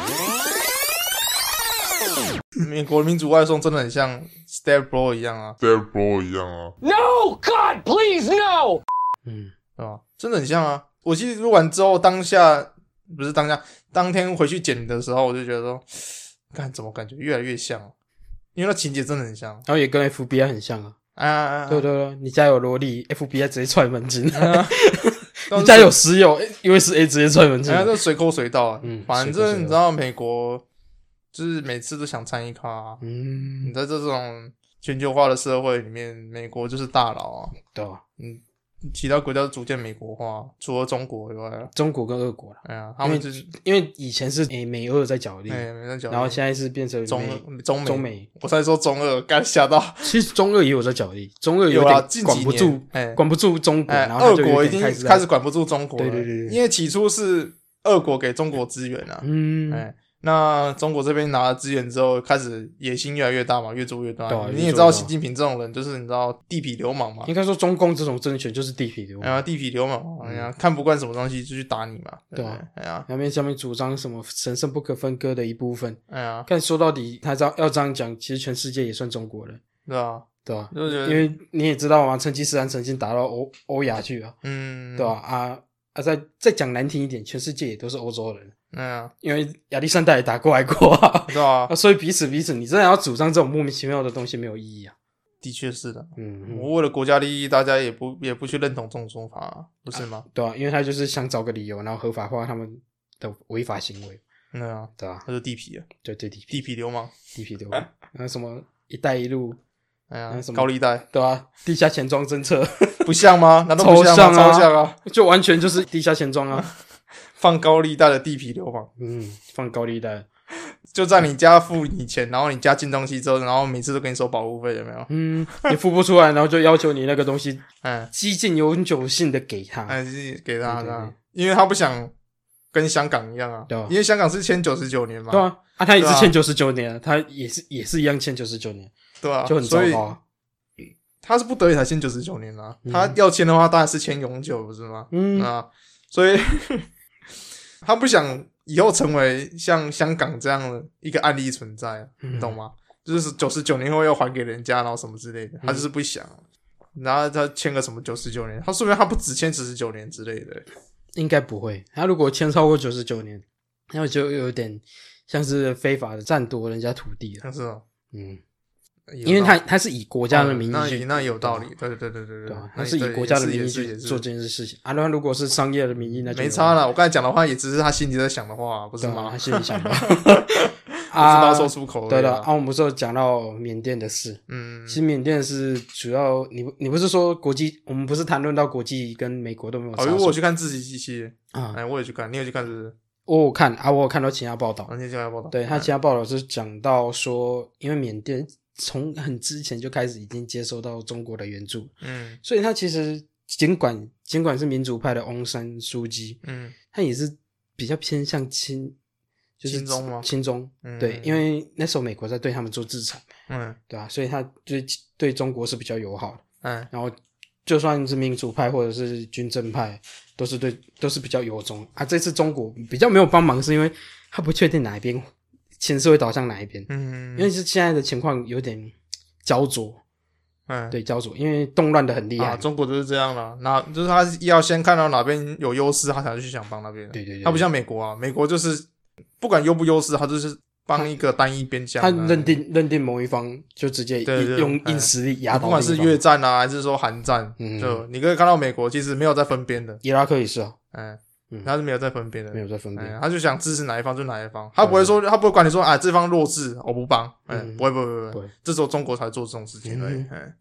美国的民主外送真的很像 Step Bro 一样啊 ，Step Bro 一样啊。 No God, please no。 嗯， 对吧？真的很像啊。我其实录完之后，当下不是当下，当天回去剪的时候，我就觉得说，看怎么感觉越来越像，因为那情节真的很像， 然后也跟 F B I 很像啊。 啊啊啊！ 对对对，你家有萝莉 ，F B I 直接踹门进来；啊、你家有石油 ，U S A 直接踹门进来。 哎，这随口随到啊。 嗯， 反正你知道，美国就是每次都想参一咖、啊。 嗯， 你在这种全球化的社会里面，美国就是大佬啊。 对啊， 嗯。其他国家逐渐美国化，除了中国以外， 中国跟俄国啦。 哎呀，他们就是因为以前是诶美俄在角力， 哎，美在角力， 然后现在是变成中中美中美。 我才说中俄，刚吓到。 其实中俄也有在角力，中俄有点管不住，管不住中国，然后俄国已经开始管不住中国了。 对对对， 因为起初是俄国给中国资源啊， 嗯， 哎。那中国这边拿了资源之后，开始野心越来越大嘛，越做越大。 啊、 你也知道习近平这种人，就是你知道地痞流氓嘛。 应该说中共这种政权就是地痞流氓。 哎呀，地痞流氓，哎呀，看不惯什么东西就去打你嘛。 对啊， 哎呀， 下面下面主张什么神圣不可分割的一部分。 哎呀， 但说到底，他要这样讲，其实全世界也算中国人。 对啊， 对啊， 就是因为你也知道嘛，成吉思汗曾经打到欧欧亚去啊。 嗯， 对吧？啊啊，再再讲难听一点，全世界也都是欧洲人。 嗯、啊， 因为亚历山大也打过来过啊， 对啊， 啊，所以彼此彼此，你真的要主张这种莫名其妙的东西没有意义啊。 的确是的， 嗯，嗯我为了国家利益，大家也不也不去认同这种说法、啊，不是吗、 啊？对啊，因为他就是想找个理由，然后合法化他们的违法行为。 嗯啊， 对啊， 他是地痞啊， 对对地痞， 地痞流氓， 地痞流氓，然后什么一带一路， 哎呀，什么高利贷， 对啊，地下钱庄政策不像吗？难道不像吗？超像啊， 就完全就是地下钱庄啊。 放高利贷的地痞流氓， 嗯，放高利贷， 就在你家付你钱，然后你家进东西之后，然后每次都给你收保护费，有没有？ 嗯，你付不出来，然后就要求你那个东西， 嗯， 激进永久性的给他， 哎，给他的，因为他不想跟香港一样啊， 对啊， 因为香港是签九十九年嘛， 对啊，啊，他也是签九十九年，他也是也是一样签九十九年， 对啊， 就很糟糕啊。 他是不得已才签九十九年啊，嗯、他要签的话当然是签永久，不是吗？ 嗯啊，所以他不想以后成为像香港这样的一个案例存在， 嗯、 你懂吗？就是九十九年后要还给人家，然后什么之类的，他就是不想。嗯、然后他签个什么九十九年，他说明他不只签九十九年之类的， 应该不会。他如果签超过九十九年，那就有点像是非法的占夺人家土地了。 是哦， 嗯。因为他他是以国家的名义去、 哦、那那有道理，对对对对对对，他是以国家的名义去做这件事情啊。那如果是商业的名义，那就没差了。我刚才讲的话也只是他心里在想的话，不是吗？ 啊、他心里想的， 啊，不知道说出口。 对的啊，我们不是有讲到缅甸的事， 嗯， 其实缅甸的事主要你你不是说国际，我们不是谈论到国际跟美国都没有插手。 哦，我有去看自己机器啊， 哎，我也去看，你有去看是不是？ 我有看啊，我有看到其他报道， 啊，你有其他报道？ 对他其他报道是讲到说，因为缅甸从很之前就开始已经接收到中国的援助， 嗯， 所以他其实尽管尽管是民主派的翁山书记， 嗯， 他也是比较偏向亲，就是亲中吗？ 亲中， 嗯， 对，因为那时候美国在对他们做制裁， 嗯， 对吧、啊？所以他对对中国是比较友好的， 嗯， 然后就算是民主派或者是军政派，都是对都是比较友中啊。这次中国比较没有帮忙，是因为他不确定哪一边情势会导向哪一边， 嗯， 因为是现在的情况有点焦灼， 嗯， 对，焦灼，因为动乱的很厉害、 啊，中国就是这样啦，那就是他要先看到哪边有优势，他才去想帮那边， 对对对， 他不像美国啊，美国就是不管优不优势，他就是帮一个单一边疆， 他认定认定某一方就直接对对对用硬实力压倒， 不管是越战啊，还是说韩战， 嗯， 就你可以看到美国其实没有在分边的， 伊拉克也是啊， 嗯。 嗯， 他是没有在分边的， 没有在分边、 哎，他就想支持哪一方就哪一方，他不会说，他不会管你说啊，这方弱智，我不帮，哎、 嗯， 不会，不会，不会， 不会， 这时候中国才做这种事情而已， 嗯哎，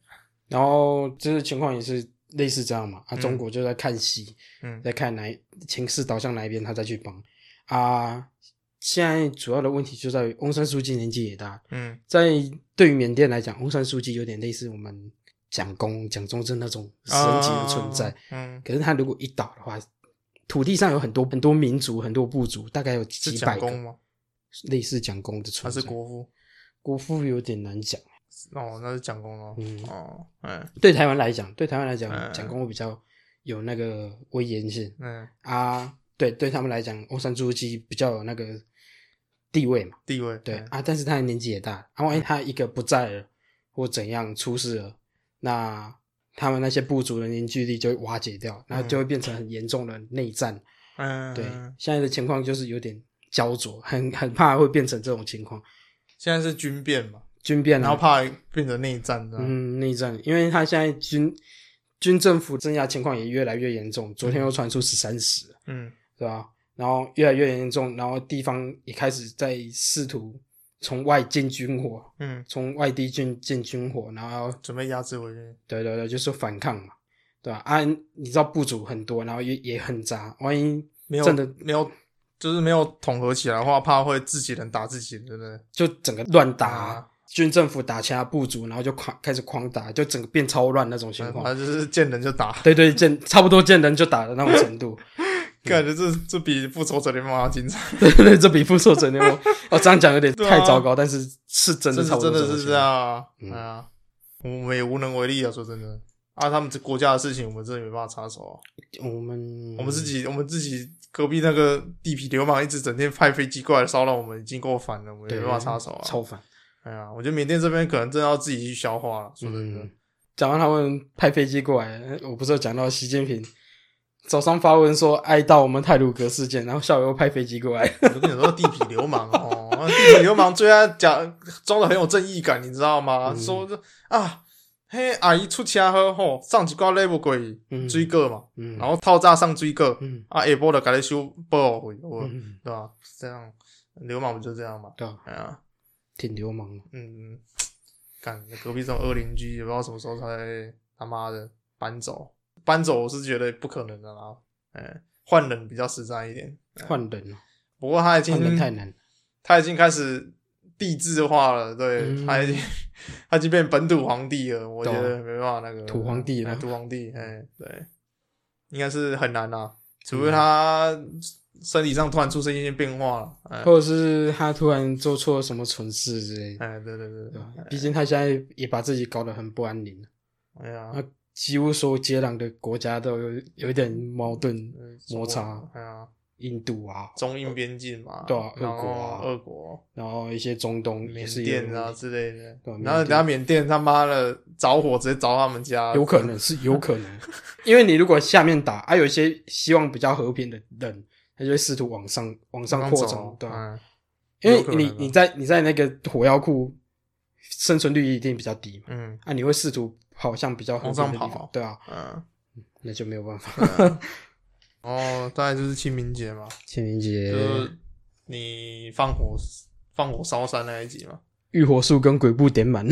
然后这个情况也是类似这样嘛，啊，中国就在看戏， 嗯， 在看哪情势导向哪一边，他再去帮啊。现在主要的问题就在于翁山书记年纪也大， 嗯， 在对于缅甸来讲，翁山书记有点类似我们蒋公、蒋中正那种神级的存在， 啊、嗯， 可是他如果一倒的话，土地上有很多很多民族、很多部族，大概有几百个， 吗？ 类似蒋公的存在。 他是国父， 国父有点难讲。 哦，那是蒋公哦。 嗯， 哦，嗯， 对台湾来讲，对台湾来讲， 嗯、 蒋公会比较有那个威严性。 嗯啊，对，对他们来讲，翁山书记比较有那个地位嘛。 地位对、嗯、啊，但是他的年纪也大，啊，万一他一个不在了，或怎样出事了，那他们那些部族的凝聚力就会瓦解掉，然后就会变成很严重的内战。 嗯， 对，现在的情况就是有点焦灼，很很怕会变成这种情况。 现在是军变嘛。 军变、啊， 然后怕变成内战， 嗯，内战，因为他现在军军政府镇压情况也越来越严重，昨天又传出十三死， 嗯，对吧？然后越来越严重，然后地方也开始在试图从外进军火， 嗯， 从外地进进军火，然后准备压制回去。 对对对，就是反抗嘛，对吧？啊，你知道部族很多，然后也也很杂，万一没有真的没有。就是没有统合起来的话，怕会自己人打自己人，对不对？ 就整个乱打、啊啊， 军政府打其他部族，然后就狂开始狂打，就整个变超乱那种情况。 他、嗯、就是见人就打， 对对，见差不多见人就打的那种程度。 感觉这这比复仇者联盟还要精彩。 对对，这比复仇者联盟哦，这样讲有点太糟糕，啊、但是是真的差不多， 真的是这样啊！ 嗯、 哎呀，我们也无能为力啊，说真的。啊，他们这国家的事情，我们真的没办法插手啊。 我们我们自己，我们自己隔壁那个地痞流氓一直整天派飞机过来骚扰我们，已经够烦了，我们没办法插手啊， 超烦。 哎呀，我觉得缅甸这边可能真的要自己去消化了。说真的， 讲、嗯、到他们派飞机过来，我不是有讲到习近平早上发文说哀悼我们太鲁阁事件，然后下午又派飞机过来。 我就跟你说，地痞流氓哦，地痞流氓最爱讲装的很有正义感，你知道吗？嗯、说啊。嘿，阿姨出车好吼，上一挂 level 过水果嘛、嗯，然后套炸上水果，嗯、啊下晡就给你收报回，嗯、对吧？这样流氓不就这样嘛？ 对啊， 哎呀， 挺流氓的。 嗯，干隔壁这种恶邻居，也不知道什么时候才他妈的搬走。搬走我是觉得不可能的啦。哎，换人比较实在一点。 换人， 不过他已经换人太难， 他已经开始地制化了，对，嗯、他已经。他已经变本土皇帝了，我觉得没办法那个土皇帝了， 土皇帝，哎，对，应该是很难啦，除非他身体上突然出现一些变化了、嗯， 或者是他突然做错什么蠢事之类的。 哎，对对对对， 毕竟他现在也把自己搞得很不安宁。 哎呀， 那几乎所有接壤的国家都有有一点矛盾摩擦。 哎呀。 印度啊， 中印边境嘛， 对啊， 然后俄国啊， 俄国， 然后一些中东也是有缅甸啊之类的， 对， 然后等下缅甸他妈的着火直接着他们家， 有可能是有可能，因为你如果下面打，啊有一些希望比较和平的人，他就会试图往上往上扩张，对啊、嗯，因为你你在你在那个火药库生存率一定比较低嘛，嗯，啊你会试图跑向比较和平的地方，跑对啊，嗯，那就没有办法。 哦，大概就是清明节嘛， 清明节就是你放火放火烧山那一集嘛， 浴火树跟鬼步点满，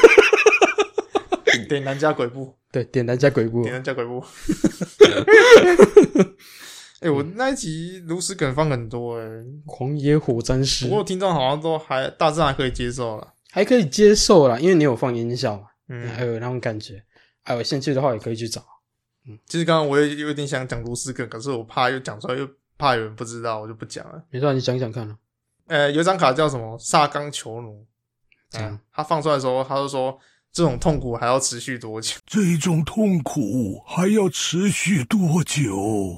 点燃加鬼步， 对，点燃加鬼步， 点燃加鬼步。哎、欸，我那一集炉石梗放很多哎、欸， 狂野火战士， 不过听众好像都还大致还可以接受啦， 还可以接受啦，因为你有放音效嘛， 嗯， 还有那种感觉，还有兴趣的话也可以去找。 嗯，其实刚刚我也有点想讲炉石梗，可是我怕又讲出来又怕有人不知道，我就不讲了。 没事，你讲讲看啊。 呃，有一张卡叫什么萨冈囚奴，嗯，他放出来的时候，他就说这种痛苦还要持续多久？ 这种痛苦还要持续多久？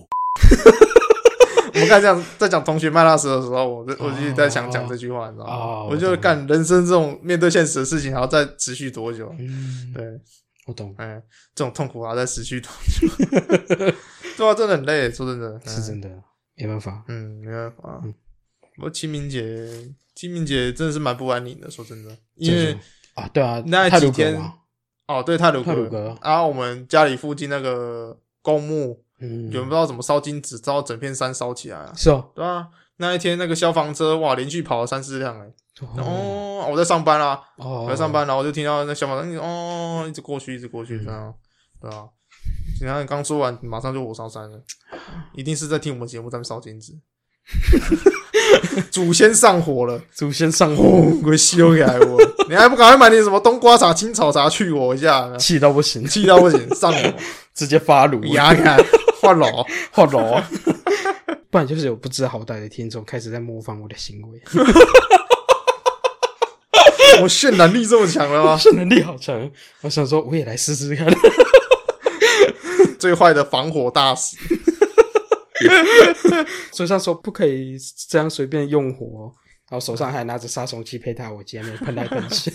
我们刚才讲在讲同学麦拉斯的时候，我我就在想讲这句话，你知道吗？ 哦、 我就干人生这种面对现实的事情，还要再持续多久？ 嗯， 对。 我懂， 哎，这种痛苦还要再持续多久？对啊，真的很累，说真的， 是真的，没办法， 嗯，没办法。嗯，不过清明节，清明节真的是蛮不安宁的，说真的，因为啊，对啊， 那几天，哦，对，太鲁阁， 太鲁阁， 然后我们家里附近那个公墓， 嗯， 有人不知道怎么烧金纸，烧到整片山烧起来啊。 是哦， 对啊，那一天那个消防车哇，连续跑了三四辆哎。哦, 哦，我在上班啦，哦、我在上班，然后我就听到那消防车哦，一直过去，一直过去，这样，嗯、对啊。你看刚说完，马上就火烧山了，一定是在听我们节目在那烧金纸。祖先上火了， 祖先上火， 我修起来我，你还不赶快买点什么冬瓜茶、青草茶去我一下？ 气到不行， 气到不行，上火， 直接发炉， 牙看换楼换楼，不然就是有不知好歹的听众开始在模仿我的行为。 我渲染力这么强了吗？ 渲染力好强，我想说我也来试试看。 最坏的防火大使。 所以他说不可以这样随便用火，然后手上还拿着杀虫剂配打火机，还没喷来喷去。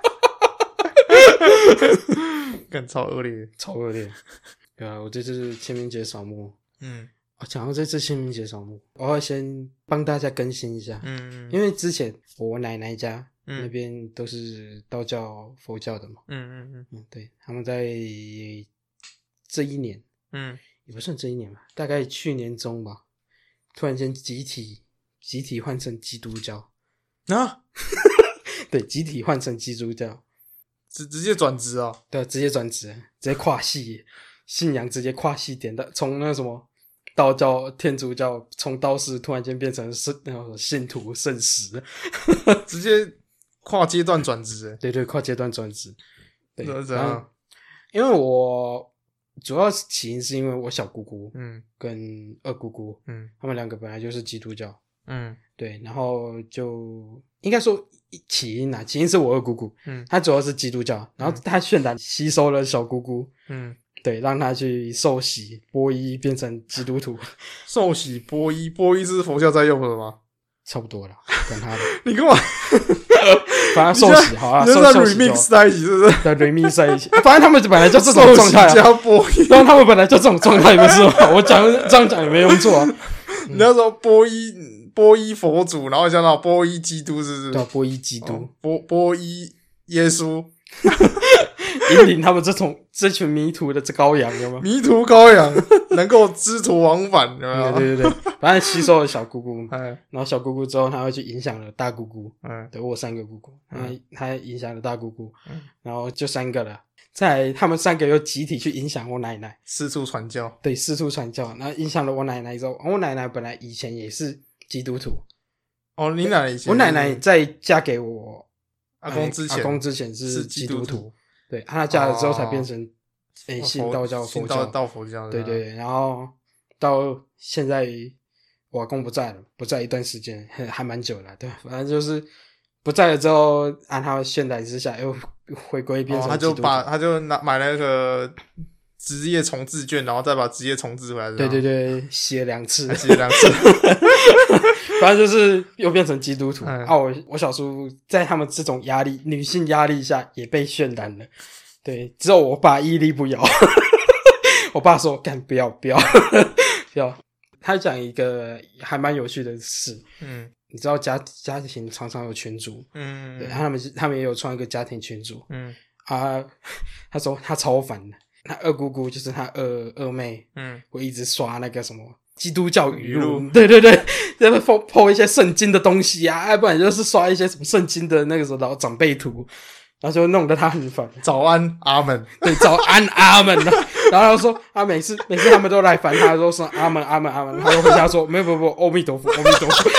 干超恶劣， 超恶劣。对啊，我这次是清明节扫墓。嗯，我讲到这次清明节扫墓，我要先帮大家更新一下。嗯，因为之前我奶奶家、嗯、那边都是道教、佛教的嘛。嗯嗯嗯嗯，对，他们在这一年，嗯。也不算这一年吧，大概去年中吧，突然间集体集体换成基督教啊，对，集体换成基督教， 直直接转职啊， 对，直接转职，直接跨系信仰，直接跨系点的，从那什么道教、天主教，从道士突然间变成是那种信徒圣使， 直接跨阶段转职， 对对，跨阶段转职，对， 怎样？ 因为我。主要起因是因为我小姑姑，嗯，跟二姑姑，嗯，他们两个本来就是基督教，嗯，对，然后就应该说起因啊，起因是我二姑姑，嗯，她主要是基督教，然后她渲染吸收了小姑姑，嗯，对，让她去受洗皈依变成基督徒， 受洗皈依，皈依是佛教在用的吗？ 差不多了，管他的， 你干嘛？ 反正受洗好啊， 你就在 remix 在一起是不是？ 对 remix 在一起，反正他们本来就这种状态啊， 加播音， 然后他们本来就这种状态，不是吗？我讲这样讲也没用错啊。 你那时候播依播依佛祖，然后讲到播依基督，是不是？ 对，播依基督， 哦、播播依耶稣， 引领他们这种这群迷途的羔羊，有吗？ 迷途羔羊能够知途往返，有没有？ 对对对，反正吸收了小姑姑，然后小姑姑之后，他会去影响了大姑姑。嗯，对，我有三个姑姑，嗯，他影响了大姑姑，嗯，然后就三个了。再来，他们三个又集体去影响我奶奶， 四处传教。 对，四处传教，然后影响了我奶奶之后，我奶奶本来以前也是基督徒。 哦，你奶奶以前？ 我奶奶在嫁给我阿公之前， 阿公之前是基督徒。对，她嫁了之后才变成诶、哦欸、信道教、佛教、 道佛教。 对对，然后到现在我阿公不在了，不在一段时间，还蛮久了。对，反正就是不在了之后，按他渲染之下又回归变成、哦。 他就把他就拿买了那个职业重置券，然后再把职业重置回来。 对对对，洗了两次， 洗了两次。 反正就是又变成基督徒、嗯、啊！我我小叔在他们这种压力、女性压力下也被渲染了。对，只有我爸屹立不摇。我爸说：“干，不要，不要，不要。”他讲一个还蛮有趣的事。嗯，你知道家家庭常常有群组，嗯，对，他们他们也有创一个家庭群组。嗯啊，他说他超烦的。他二姑姑就是他二二妹，嗯，会一直刷那个什么。基督教语录，对对对，在那 po po 一些圣经的东西啊，要不然就是刷一些什么圣经的那个什么长辈图，然后就弄得他很烦。 早安，阿门。 对，早安，阿门。然后他说，他每次每次他们都来烦他，都说阿门，阿门，阿门。他就回家说，没有，不不，阿弥陀佛，阿弥陀佛，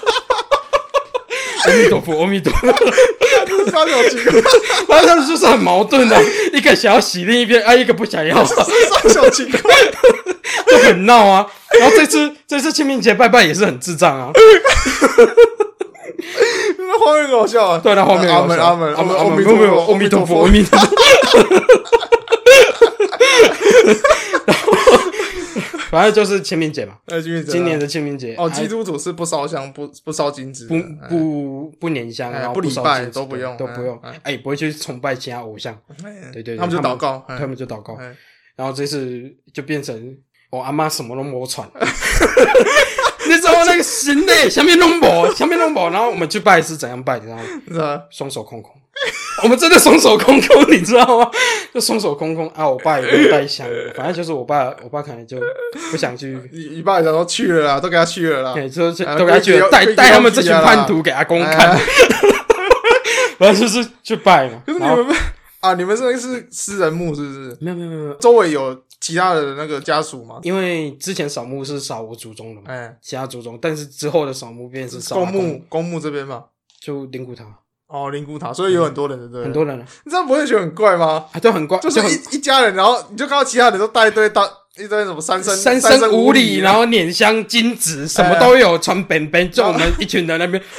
阿弥陀佛，阿弥陀佛。 三小情况， 然后他们就是很矛盾的、啊，一个想要洗另一边，啊，一个不想要。 三小情况。 就很闹啊，然后这次这次清明节拜拜也是很智障啊， 那画面很好笑啊， 对，那画面阿门阿门阿门阿门， 没有没有，阿弥陀佛阿弥陀佛，然后反正就是清明节嘛， 呃，清明节， 今年的清明节哦，基督徒是不烧香不不烧金纸， 不不不捻香，然后不礼拜都不用都不用，哎，不会去崇拜其他偶像，对对， 他们就祷告， 他们就祷告，然后这次就变成。我阿嬷什么都没传，你知道那个心累，下面弄不，下面弄不，然后我们去拜是怎样拜，你知道吗？ 是啊， 双手空空。我们真的双手空空，你知道吗？就双手空空啊！我爸也没有带香，反正就是我爸，我爸可能就不想去。 你你爸想说去了啦，都给他去了啦， 对，就都给他去了，带带他们这群叛徒给阿公看。然后就是去拜嘛。 可是你们啊，你们这个是私人墓是不是？ 没有没有没有， 周围有其他的那个家属吗？ 因为之前扫墓是扫我祖宗的嘛， 哎， 其他祖宗，但是之后的扫墓便是扫公墓，公墓这边嘛， 就灵骨塔。 哦，灵骨塔，所以有很多人，对不对？ 很多人， 你这样不会觉得很怪吗？ 啊，对，很怪， 就是一一家人，然后你就看到其他人都带一堆大一堆什么三生三生五礼，然后捻香金纸，什么都有，穿本本，就我们一群人那边，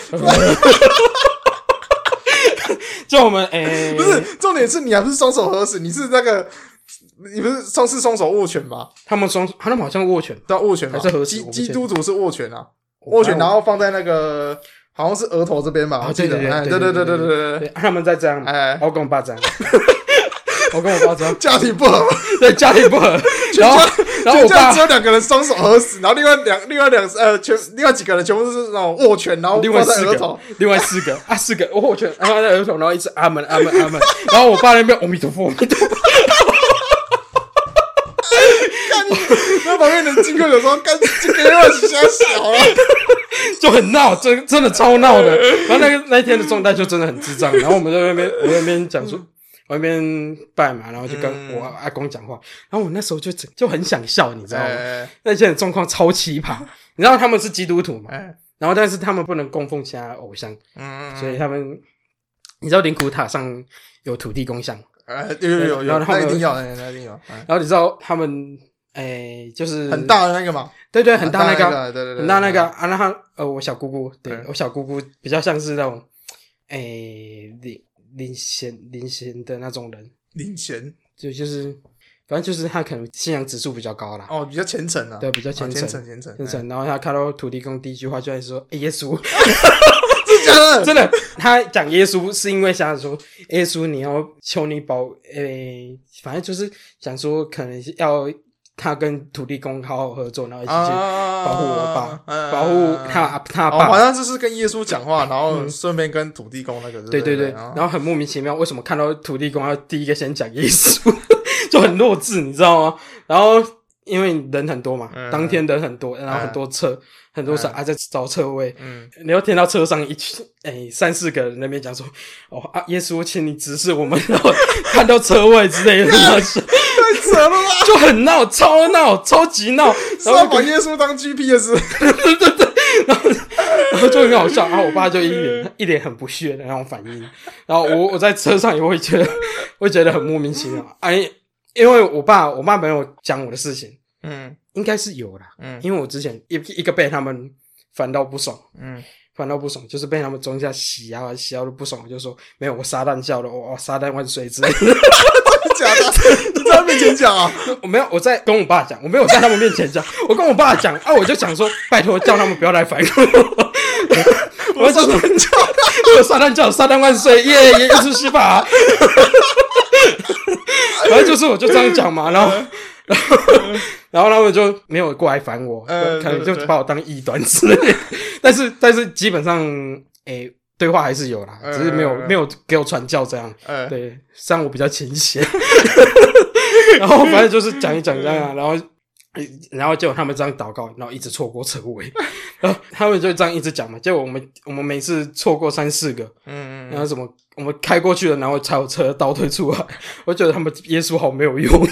就我们诶， 不是重点是你还不是双手合十，你是那个。你不是双是双手握拳吗？ 他们双，他们好像握拳， 对，握拳还是合十？基基督徒是握拳啊，握拳，然后放在那个好像是额头这边吧，我记得，对对对对对对对， 他们在这样，哎，我跟我爸这样，我跟我爸这样， 家庭不合， 对，家庭不合，然后然后我爸只有两个人双手合十，然后另外两另外两呃全另外几个人全部是那种握拳，然后另外四个，另外四个啊四个握拳，然后在额头，然后一直阿门阿门阿门，然后我爸那边阿弥陀佛阿弥陀佛。 那旁边人经过有时候干这个乱瞎小了， 就很闹，真真的超闹的。然后那个那一天的状态就真的很智障。然后我们在那边，我在那边讲说，我那边拜嘛，然后就跟我阿公讲话。然后我那时候就就很想笑，你知道吗？欸、那天的状况超奇葩。你知道他们是基督徒嘛？欸、然后但是他们不能供奉其他偶像，嗯，所以他们你知道灵骨塔上有土地公像。 呃，有有有有，那一定要，那一定有。 然后你知道他们，诶，就是很大的那个嘛， 对对，很大那个， 对对对， 很大那个啊。然后呃，我小姑姑，对我小姑姑比较像是那种，诶，领领衔领衔的那种人， 领衔， 就就是反正就是他可能信仰指数比较高啦， 哦，比较虔诚啊， 对，比较虔诚， 虔诚虔诚虔诚。然后他看到土地公第一句话就在说：“耶稣。”真的，他讲耶稣是因为想说耶稣，你要求你保，诶、欸，反正就是想说可能要他跟土地公好好合作，然后一起去保护我爸，啊、保护他他爸、 哦。好像就是跟耶稣讲话，然后顺便跟土地公那个， 对对对，然后很莫名其妙，为什么看到土地公要第一个先讲耶稣，就很弱智，你知道吗？然后因为人很多嘛，嗯、当天人很多，然后很多车。嗯很多车还在找车位，嗯，你要听到车上一群诶三四个人那边讲说，哦啊，耶稣，请你指示我们，然后看到车位之类的，太扯了吧， 就很闹，超闹，超级闹， 然后把耶稣当 G P S， 对对对，然后然后就很好笑，然后我爸就一脸一脸很不屑的那种反应，然后我我在车上也会觉得会觉得很莫名其妙，哎，因为我爸我爸没有讲我的事情，嗯。应该是有啦，嗯，因为我之前一一个被他们烦到不爽，嗯，烦到不爽，就是被他们中下洗啊洗到都不爽，我就说没有，我撒旦教的，我撒旦万岁之类的，真的假的？你在他面前讲啊？ 我没有，我在跟我爸讲，我没有在他们面前讲，我跟我爸讲啊，我就想说，拜托叫他们不要来烦我，我撒旦教，我撒旦教，撒旦万岁，耶耶，耶稣是吧？反正就是我就这样讲嘛，然后。然后，然后他们就没有过来烦我，呃、可能就把我当异端之类的。但是，但是基本上，诶，对话还是有啦，呃、只是没有没有给我传教这样。呃、对，虽然我比较勤俭。然后反正就是讲一讲这样，然后，然后结果他们这样祷告，然后一直错过车位，然后他们就这样一直讲嘛。结果我们我们每次错过三四个，嗯嗯，然后什么我们开过去了，然后才有车倒退出来。我觉得他们耶稣好没有用。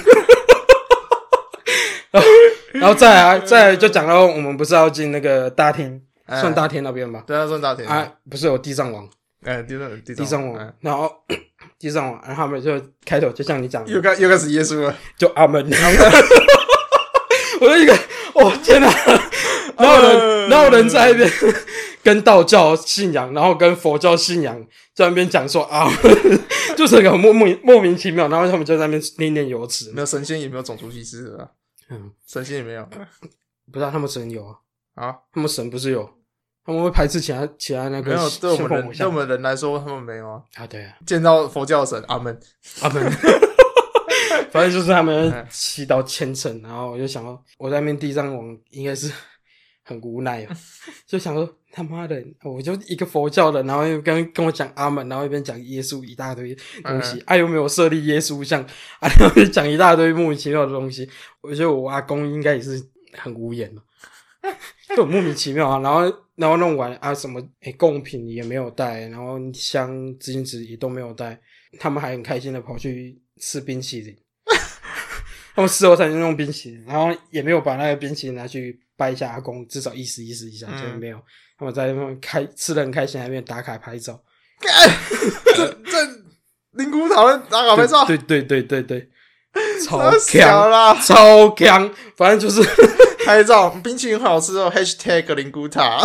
然后再来，再来就讲到我们不是要进那个大厅，欸、算大厅那边吧？ 对啊，算大厅啊，不是有地藏王？ 哎、欸，地藏地地藏王，欸、然后地藏王，然后他们就开头就像你讲的， 又开又开始耶稣了， 就阿门。我就一个，哦天哪！然后人，然后人在那边跟道教信仰，然后跟佛教信仰在那边讲说啊，就是个莫莫莫名其妙，然后他们就在那边念念有词， 没有神仙也没有种族歧视的。嗯，神仙也没有， 不知道他们神有啊？ 啊， 他们神不是有？他们会排斥其他其他那个？ 没有，对我们人对我们人来说，他们没有啊。 啊，对啊， 见到佛教神，阿门， 阿门。反正就是他们祈祷虔诚，然后我就想到，我在那边地藏王应该是很无奈啊，就想说他妈的，我就一个佛教的，然后又跟跟我讲阿门，然后一边讲耶稣一大堆东西，嗯、啊又没有设立耶稣像，啊然后讲一大堆莫名其妙的东西，我觉得我阿公应该也是很无言了，就很莫名其妙啊，然后然后弄完啊什么诶贡品也没有带，然后香纸巾纸也都没有带，他们还很开心的跑去吃冰淇淋。他们事后才弄冰淇淋，然后也没有把那个冰淇淋拿去拜一下阿公，至少意思意思一下，嗯、就没有。他们在那边开吃得很开心，还没有打卡拍照。 这这灵骨塔的打卡拍照， 对对对对对，超强啦，超强，反正就是拍照，冰淇淋好吃哦 ，#hashtag 灵骨塔，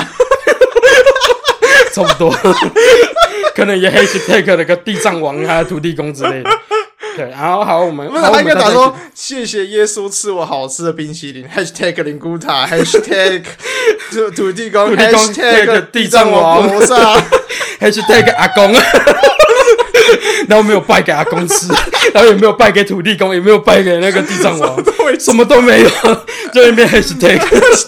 差不多，可能也 #hashtag 那个地藏王还有土地公之类的。对，然后好，我们他应该打说谢谢耶稣吃我好吃的冰淇淋 ，#hashtag 灵骨塔 ，#hashtag 土地公 ，#hashtag 地藏王菩萨 ，#hashtag 阿公，然后没有拜给阿公吃，然后也没有拜给土地公，也没有拜给那个地藏王，什么都没有，就那边 #hashtag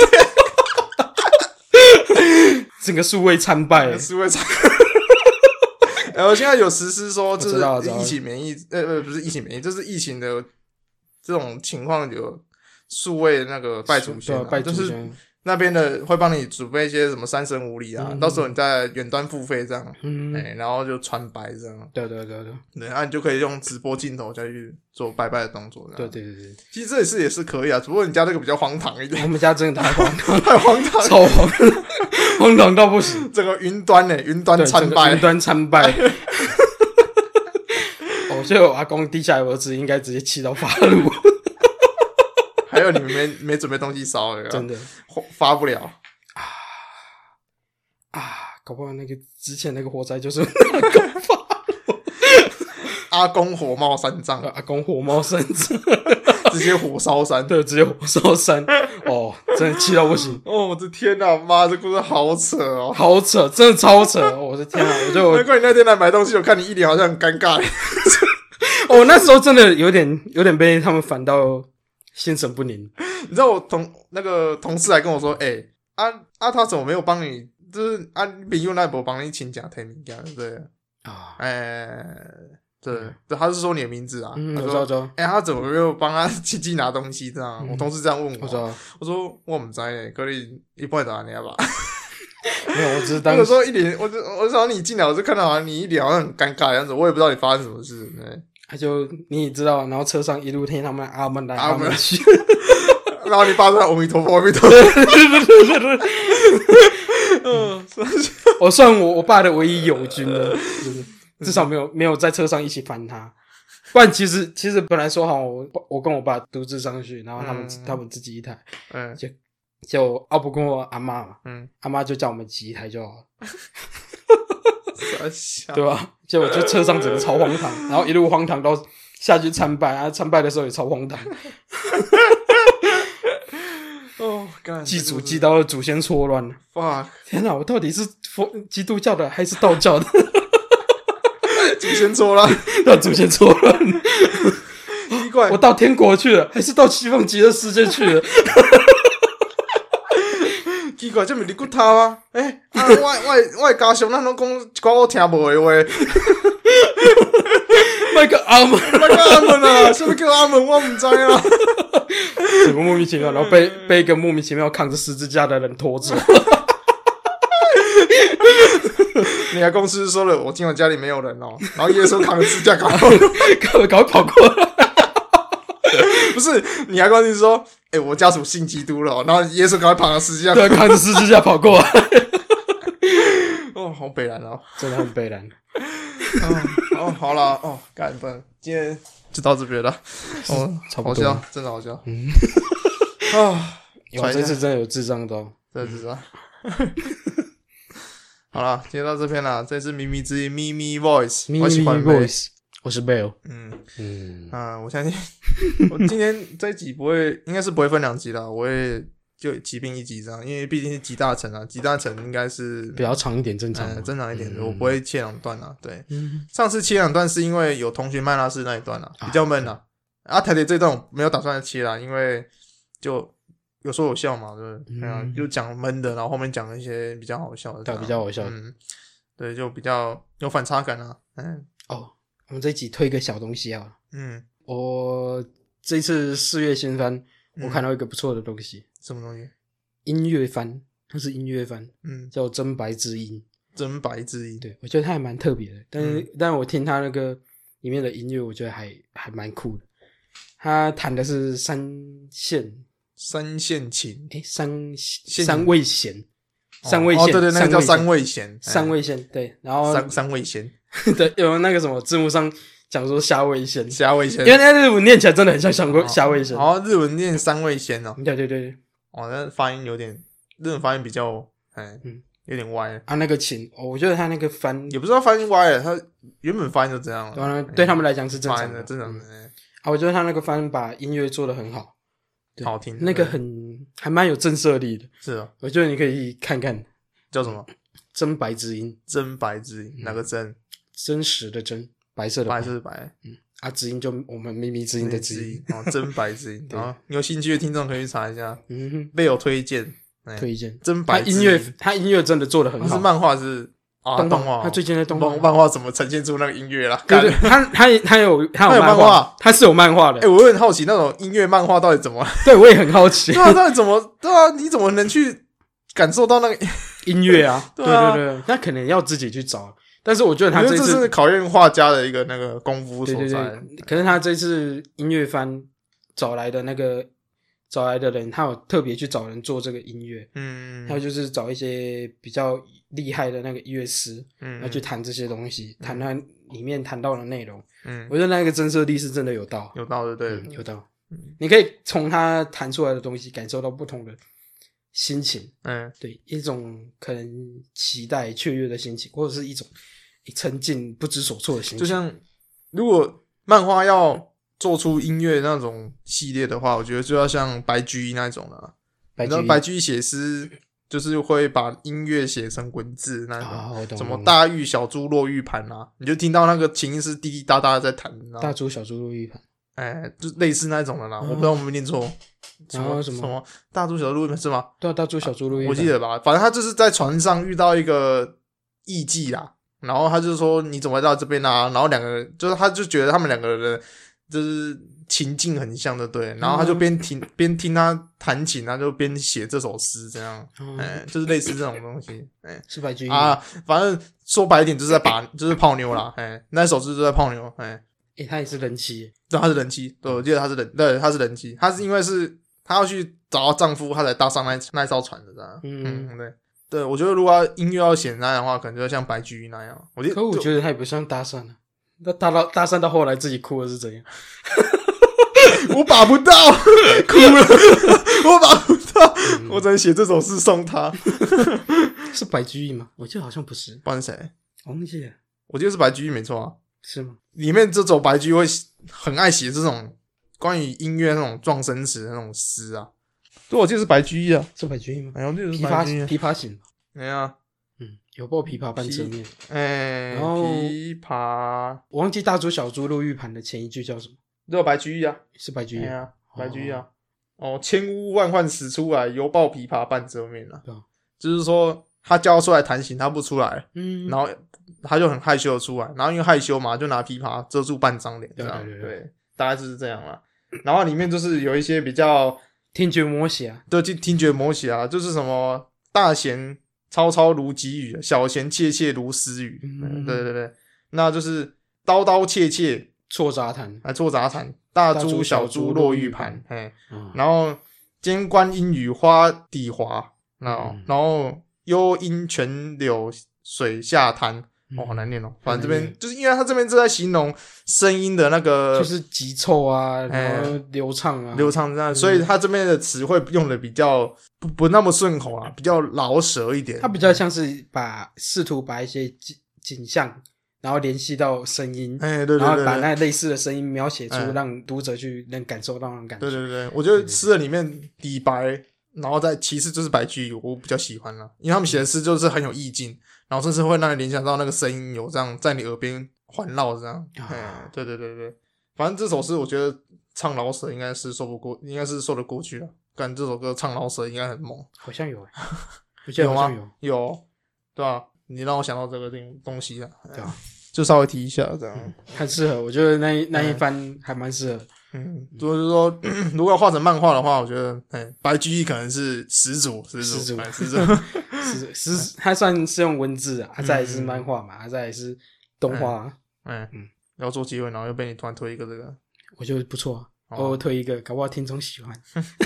整个数位参拜， 数位参拜。然后现在有实施说，就是疫情免疫，呃呃，不是疫情免疫，就是疫情的这种情况有数位那个拜祖先、啊， 拜祖先就是那边的会帮你准备一些什么三生五礼啊，嗯、到时候你在远端付费这样，嗯，欸、然后就穿白这样， 对对对对， 对，啊，你就可以用直播镜头再去做拜拜的动作， 对对对对， 其实这也是也是可以啊，只不过你家这个比较荒唐一点， 我们家真的太荒唐， 太荒唐， 超荒唐。荒唐到不行， 这个云端呢、欸，云端参拜， 云端参拜。我觉得我阿公地下有儿子应该直接气到发怒。 还有你们没没准备东西烧了， 真的发不了啊啊！搞不好那个之前那个火灾就是阿公发阿公火冒三丈， 阿公火冒三丈。 直接火烧山， 对，直接火烧山，哦，真的气到不行。 哦，我的天哪，妈，这故事好扯哦， 好扯，真的超扯。哦、我的天哪，我就难怪你那天来买东西，我看你一脸好像很尴尬。 哦，那时候真的有点有点被他们烦到心神不宁。 你知道我同那个同事还跟我说，哎、欸，啊啊，他怎么没有帮你？就是啊，朋友那不帮你请假提名假，对不对？啊，哎、欸。对，对，他是说你的名字啊。 嗯， 他说我知道。 哎、欸，他怎么没有帮他亲戚拿东西这样？嗯、我同事这样问我。 我知道。 我说我不知道诶，可你一般打你吧。 没有，我只是当时。 有时候一脸，我就我想你进来，我就看到好像你一脸好像很尴尬的样子，我也不知道你发生什么事。对， 他就你也知道，然后车上一路听他们阿门来阿门去， 然后你发出来阿弥陀佛，阿弥陀佛。 嗯，我算我我爸的唯一友军了。至少没有没有在车上一起翻他，不然其实其实本来说好我我跟我爸独自上去，然后他们、嗯、他们自己一台，嗯，就就拗不过我阿嬷嘛，嗯，阿嬷就叫我们挤一台就好了，对吧？结果就车上整个超荒唐，然后一路荒唐到下去参拜啊，参拜的时候也超荒唐。 哦， 祭祖祭到祖先错乱了，哇！天哪，我到底是佛基督教的还是道教的？ 祖先错乱， 让祖先错乱， 奇怪， 我到天国去了，还是到西方极乐世界去了？ 奇怪，这不是灵骨塔吗？诶、欸，啊，我我我家乡咱拢讲一寡我听无的话， 卖个阿门， 卖个阿门啊！什么叫阿门？我唔知啊。 整个莫名其妙，然后被被一个莫名其妙扛着十字架的人拖着。 你还公司说了，我今晚家里没有人哦，然后耶稣扛着支架赶快赶快跑过来。 不是，你还关心说，哎、欸，我家属信基督了、哦，然后耶稣赶快扛着十字架， 对，扛着十字架跑过来。 哦，好北蓝哦， 真的很北蓝。 哦, 哦，好了，哦，干不，今天就到这边了。哦， 差不多， 好笑，真的好笑。 嗯， 啊， 我这次真的有智障到， 真的智障。好了，今天到这篇啦。这是咪咪之音咪咪 voice， 咪咪 voice， 我是 Bell。 嗯嗯啊，我相信我今天这一集不会，应该是不会分两集啦，我会就集并一集这样，因为毕竟是集大成啊，集大成应该是比较长一点，正常、 嗯，正常一点的、嗯，我不会切两段啊。对，嗯、上次切两段是因为有同学麦拉斯那一段啊，比较闷啊。啊，台铁这段我没有打算切啦，因为就有说有笑嘛，对不对？ 嗯对啊，就讲闷的，然后后面讲一些比较好笑的， 对，比较好笑的。 嗯，对，就比较有反差感啊。嗯， 哦，我们这一集推一个小东西啊。 嗯， 我这次四月新番， 嗯我看到一个不错的东西， 什么东西？ 音乐番，它是音乐番， 嗯， 叫真白之音。 真白之音， 对，我觉得它还蛮特别的，但是、 嗯、 但是我听它那个里面的音乐，我觉得还还蛮酷的。它弹的是三线三线琴， 诶，三三味弦，三味线，哦， 哦对对，那个叫三味弦， 三味线，对，然后三三味弦， 对，有那个什么字幕上讲说虾味弦， 虾味弦， 因为那日文念起来真的很像虾味虾味弦， 哦，日文念三味弦哦， 对对对， 哦，那发音有点，日文发音比较，哎，嗯。有点歪啊，那个琴、哦，我觉得他那个翻也不知道翻译歪了，他原本翻译就这样了。 当然，对他们来讲是正常的，正常的。 嗯、啊，我觉得他那个翻把音乐做得很好， 好听， 那个很还蛮有震慑力的。 是啊， 我觉得你可以看看， 叫什么？ 真白之音， 真白之音，哪个真？ 真实的真，白色的白色的白。 嗯，啊，之音就我们秘密之音的之音， 哦，真白之音。啊，有兴趣的听众可以去查一下， 嗯哼， 被我推荐。 推荐真白他音乐，他音乐真的做的很好。 是漫画是啊， 动画， 他最近的动画， 漫画怎么呈现出那个音乐啦？ 对对，他他他有他有漫画， 他是有漫画的。 哎，我很好奇那种音乐漫画到底怎么？ 对，我也很好奇。 对啊，到底怎么？对啊，你怎么能去感受到那个音乐啊？ 对啊， 对对对，那可能要自己去找。但是我觉得他这次是考验画家的一个那个功夫所在。 可是他这次音乐番找来的那个。找来的人，他有特别去找人做这个音乐，嗯，还有就是找一些比较厉害的那个乐师，嗯，要去弹这些东西，弹他里面谈到的内容，嗯，我觉得那个震慑力是真的有到， 有到的，对， 嗯、有到，嗯，你可以从他弹出来的东西感受到不同的心情，嗯，对，一种可能期待、雀跃的心情，或者是一种沉浸不知所措的心情， 就像如果漫画要。做出音乐那种系列的话，我觉得就要像白居易那种了。 白居易，白居易写诗就是会把音乐写成文字那种， 哦、 什么大玉小珠落玉盘啊，你就听到那个琴是滴滴答答在弹。 大珠小珠落玉盘， 哎，就类似那种的啦。哦、我不知道我们念错。 什么什么什么大珠小珠落玉盘是吗？ 对啊，大珠小珠落玉盘， 我记得吧。反正他就是在船上遇到一个艺妓啦，然后他就说你怎么到这边啊？然后两个人就是他就觉得他们两个人。就是情境很像的，对，然后他就边听边、嗯、听他弹琴，他就边写这首诗，这样，哎、嗯欸，就是类似这种东西，哎、欸， 是白居易啊，反正说白一点就是在把，就是泡妞啦，哎、欸，那首诗就在泡妞，哎、欸， 哎、欸，他也是人妻， 对，他是人妻，对，我记得他是人，对，他是人妻，他是因为是他要去找到丈夫，他才搭上那那艘船的，这样，嗯, 嗯，对，对，我觉得如果音乐要写那样的话，可能就像白居易那样，我觉得， 可我觉得他也不像搭讪啊。那搭到搭讪到后来自己哭了是怎样？ 我把不到，哭了，我把不到，嗯、我只能写这首诗送他。 是白居易吗？我记得好像不是， 不然是谁？ 我忘记了。 我记得是白居易，没错啊。 是吗？ 里面这种白居易会很爱写这种关于音乐那种撞声词的那种诗啊。对，我记得是白居易啊， 是白居易吗？ 哎，我记得是白居易，琵琶行。 哎呀。 嗯，有报琵琶半遮面， 哎，然后琵琶， 我忘记大珠小珠落玉盘的前一句叫什么？ 对，白居易啊， 是白居易啊，白居易啊。哦，千呼万唤始出来，犹抱琵琶半遮面啊。 哦、 就是说他叫他出来弹琴，他不出来， 嗯， 然后他就很害羞的出来，然后因为害羞嘛，就拿琵琶遮住半张脸，这样，对，对，对，大概就是这样啦。然后里面就是有一些比较听觉模写啊， 对，听觉模写啊，就是什么大弦。嘈嘈如急雨，小弦切切如私语。嗯，对对对，那就是刀刀切切错杂弹， 啊错杂弹，大珠小珠落玉盘，嘿，嗯、然后间关阴雨花底滑，然后、嗯、然后幽阴泉柳水下滩。哦，好难念哦。反正这边就是因为他这边是在形容声音的那个， 就是急凑啊，然后流畅啊， 流畅这样，所以他这边的词汇用的比较不不那么顺口啊，比较老舌一点。 他比较像是把试图把一些景景象，然后联系到声音， 哎，对对对， 然后把那类似的声音描写出，让读者去能感受到那种感觉。 对对对，我觉得诗的里面底白。然后再其次就是白居易，我比较喜欢啦，因为他们写的诗就是很有意境，然后甚至会让你联想到那个声音有这样在你耳边环绕这样。嗯、啊，对对对对，反正这首诗我觉得唱老舍应该是说不过，应该是说得过去了。 干这首歌唱老舍应该很猛， 好像有、欸，我记得好像有， 有，对吧、啊？你让我想到这个东东西了， 对啊， 就稍微提一下这样， 嗯、很适合，我觉得那一那一番还蛮适合。 嗯，就是说，如果要画成漫画的话，我觉得，哎，白居易可能是始祖，始祖， 始祖， 始祖， 始始，他算是用文字啊，他再来是漫画嘛，他再来是动画， 嗯嗯，要做机会，然后又被你突然推一个这个， 我觉得不错啊，偶尔推一个，搞不好听众喜欢。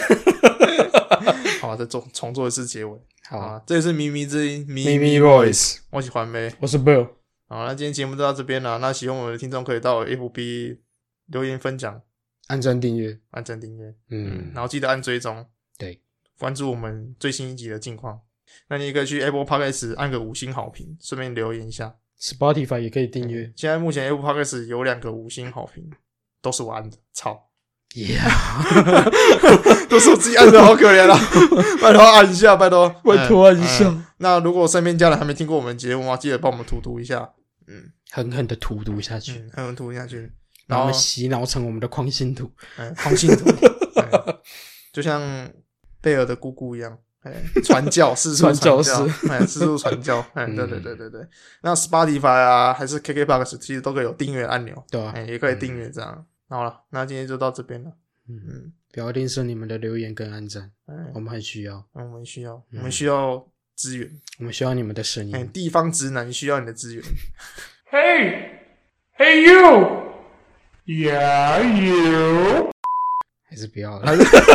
好，再做重做一次结尾。 好啊，这里是咪咪之音， 咪咪 voice， 我喜欢咩， 我是 Bill。 好，那今天节目就到这边了。那喜欢我们的听众可以到 F B 留言分享。 按赞订阅， 按赞订阅， 嗯， 然后记得按追踪， 对， 关注我们最新一集的近况。那你也可以去 Apple Podcast 按个五星好评，顺便留言一下。 Spotify 也可以订阅。 现在目前 Apple Podcast 有两个五星好评，都是我按的，操 ，Yeah， 都是我自己按的，好可怜啊！拜托按一下，拜托， 拜托按一下、 嗯嗯。那如果身边家人还没听过我们节目的话，记得帮我们荼毒一下，嗯， 狠狠的荼毒下去， 嗯、狠狠荼毒下去。 然后我们洗脑成我们的狂信徒， 哎，狂信徒，哎，就像贝尔的姑姑一样，哎，传教，四处传教，哎，四处传教，哎，对对对对对。那 Spotify 啊，还是 K K B O X， 其实都可以有订阅按钮， 对啊， 哎，也可以订阅这样。好了，那今天就到这边了， 嗯嗯，不要吝啬你们的留言跟按赞，哎，我们很需要， 我们需要，我们需要资源， 我们需要你们的声音， 哎，地方直男需要你的资源。 Hey, hey you.Yeah, you 还是不要了。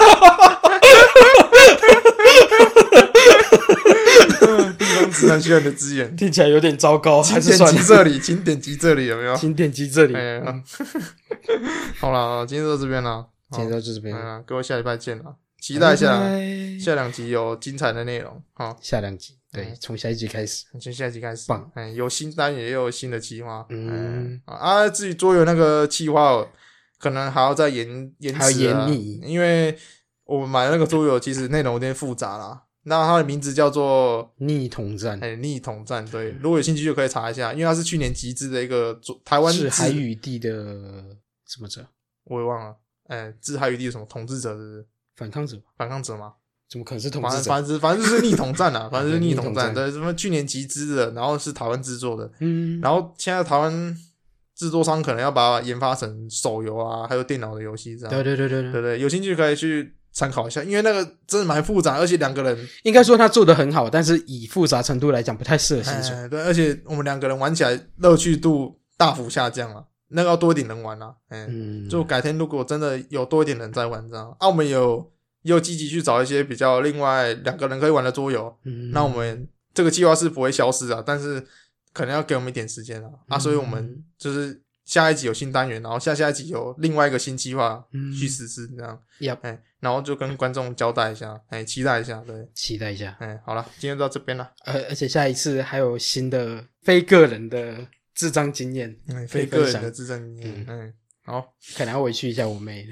地方直男需要你的资源， 听起来有点糟糕， 请点击这里，请点击这里，有没有？ 请点击这里。 哎嗯、好了，今天就到这边了， 今天就到这边了、 嗯，各位下礼拜见了，期待一下，拜拜下两集有精彩的内容。好， 下两集，对，从、嗯、下一集开始， 从下一集开始， 棒， 嗯，有新单元也有新的企划， 嗯啊，至于桌游那个企划，可能还要再延延迟、啊， 还要延拟， 因为我们买的那个桌游其实内容有点复杂啦。那它的名字叫做逆统战， 哎，逆统战，对，如果有兴趣就可以查一下，因为它是去年集资的一个台湾是海语地的什么者， 我也忘了，哎，治海语地的什么统治者是不是？ 反抗者， 反抗者吗？ 怎么可能是统治者？ 反正反正就是逆统战啊，反正就是逆统战，对，什么去年集资的，然后是台湾制作的， 嗯， 然后现在台湾制作商可能要把它研发成手游啊，还有电脑的游戏这样， 对对对对对对对，有兴趣可以去参考一下，因为那个真的蛮复杂，而且两个人应该说他做的很好，但是以复杂程度来讲不太适合新手、 哎。对，而且我们两个人玩起来乐趣度大幅下降了，那个要多一点人玩啦。哎，嗯，就改天如果真的有多一点人在玩这样，啊，我们有也有积极去找一些比较另外两个人可以玩的桌游，嗯，那我们这个计划是不会消失啊，但是可能要给我们一点时间啊，嗯、啊，所以我们就是下一集有新单元，然后下下一集有另外一个新计划去实施这样， 嗯， 哎，然后就跟观众交代一下，哎，期待一下，对， 期待一下， 哎，好了，今天就到这边了， 呃，而且下一次还有新的非个人的智障经验， 嗯，非个人的智障经验，嗯，嗯，好， 可能要委屈一下我妹，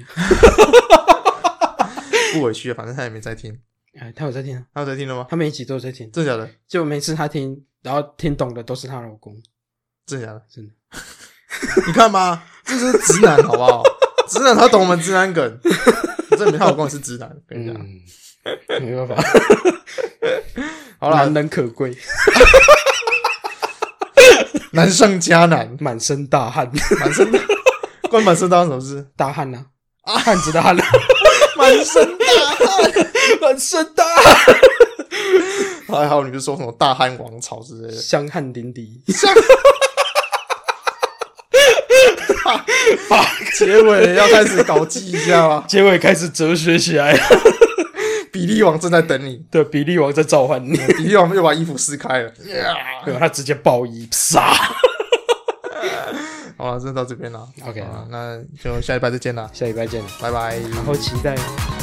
不委屈，反正他也没在听， 哎，他有在听啊， 他有在听了吗？ 他每一集都有在听， 真的假的？ 就每次他听，然后听懂的都是她老公， 真的假的？ 真的。 你看吗？这是直男好不好？直男他懂我们直男梗，证明他老公也是直男，跟你讲、 嗯，没办法。 好啦， 难能可贵， 难上加难， 满身大汗， 满身关满身大汗什么事？ 大汗呐、啊，汉子的汗， 满身大汗， 满身大汗。 还好你不是说什么大汉王朝之类的， 香汗淋漓， 香。把结尾要开始搞基一下吗？ 结尾开始哲学起来了。 比利王正在等你， 对，比利王在召唤你。 比利王又把衣服撕开了， 对，他直接爆衣，杀。 好了，就到这边了。 OK， 那就下礼拜再见啦， 下礼拜见， 拜拜， 好好期待。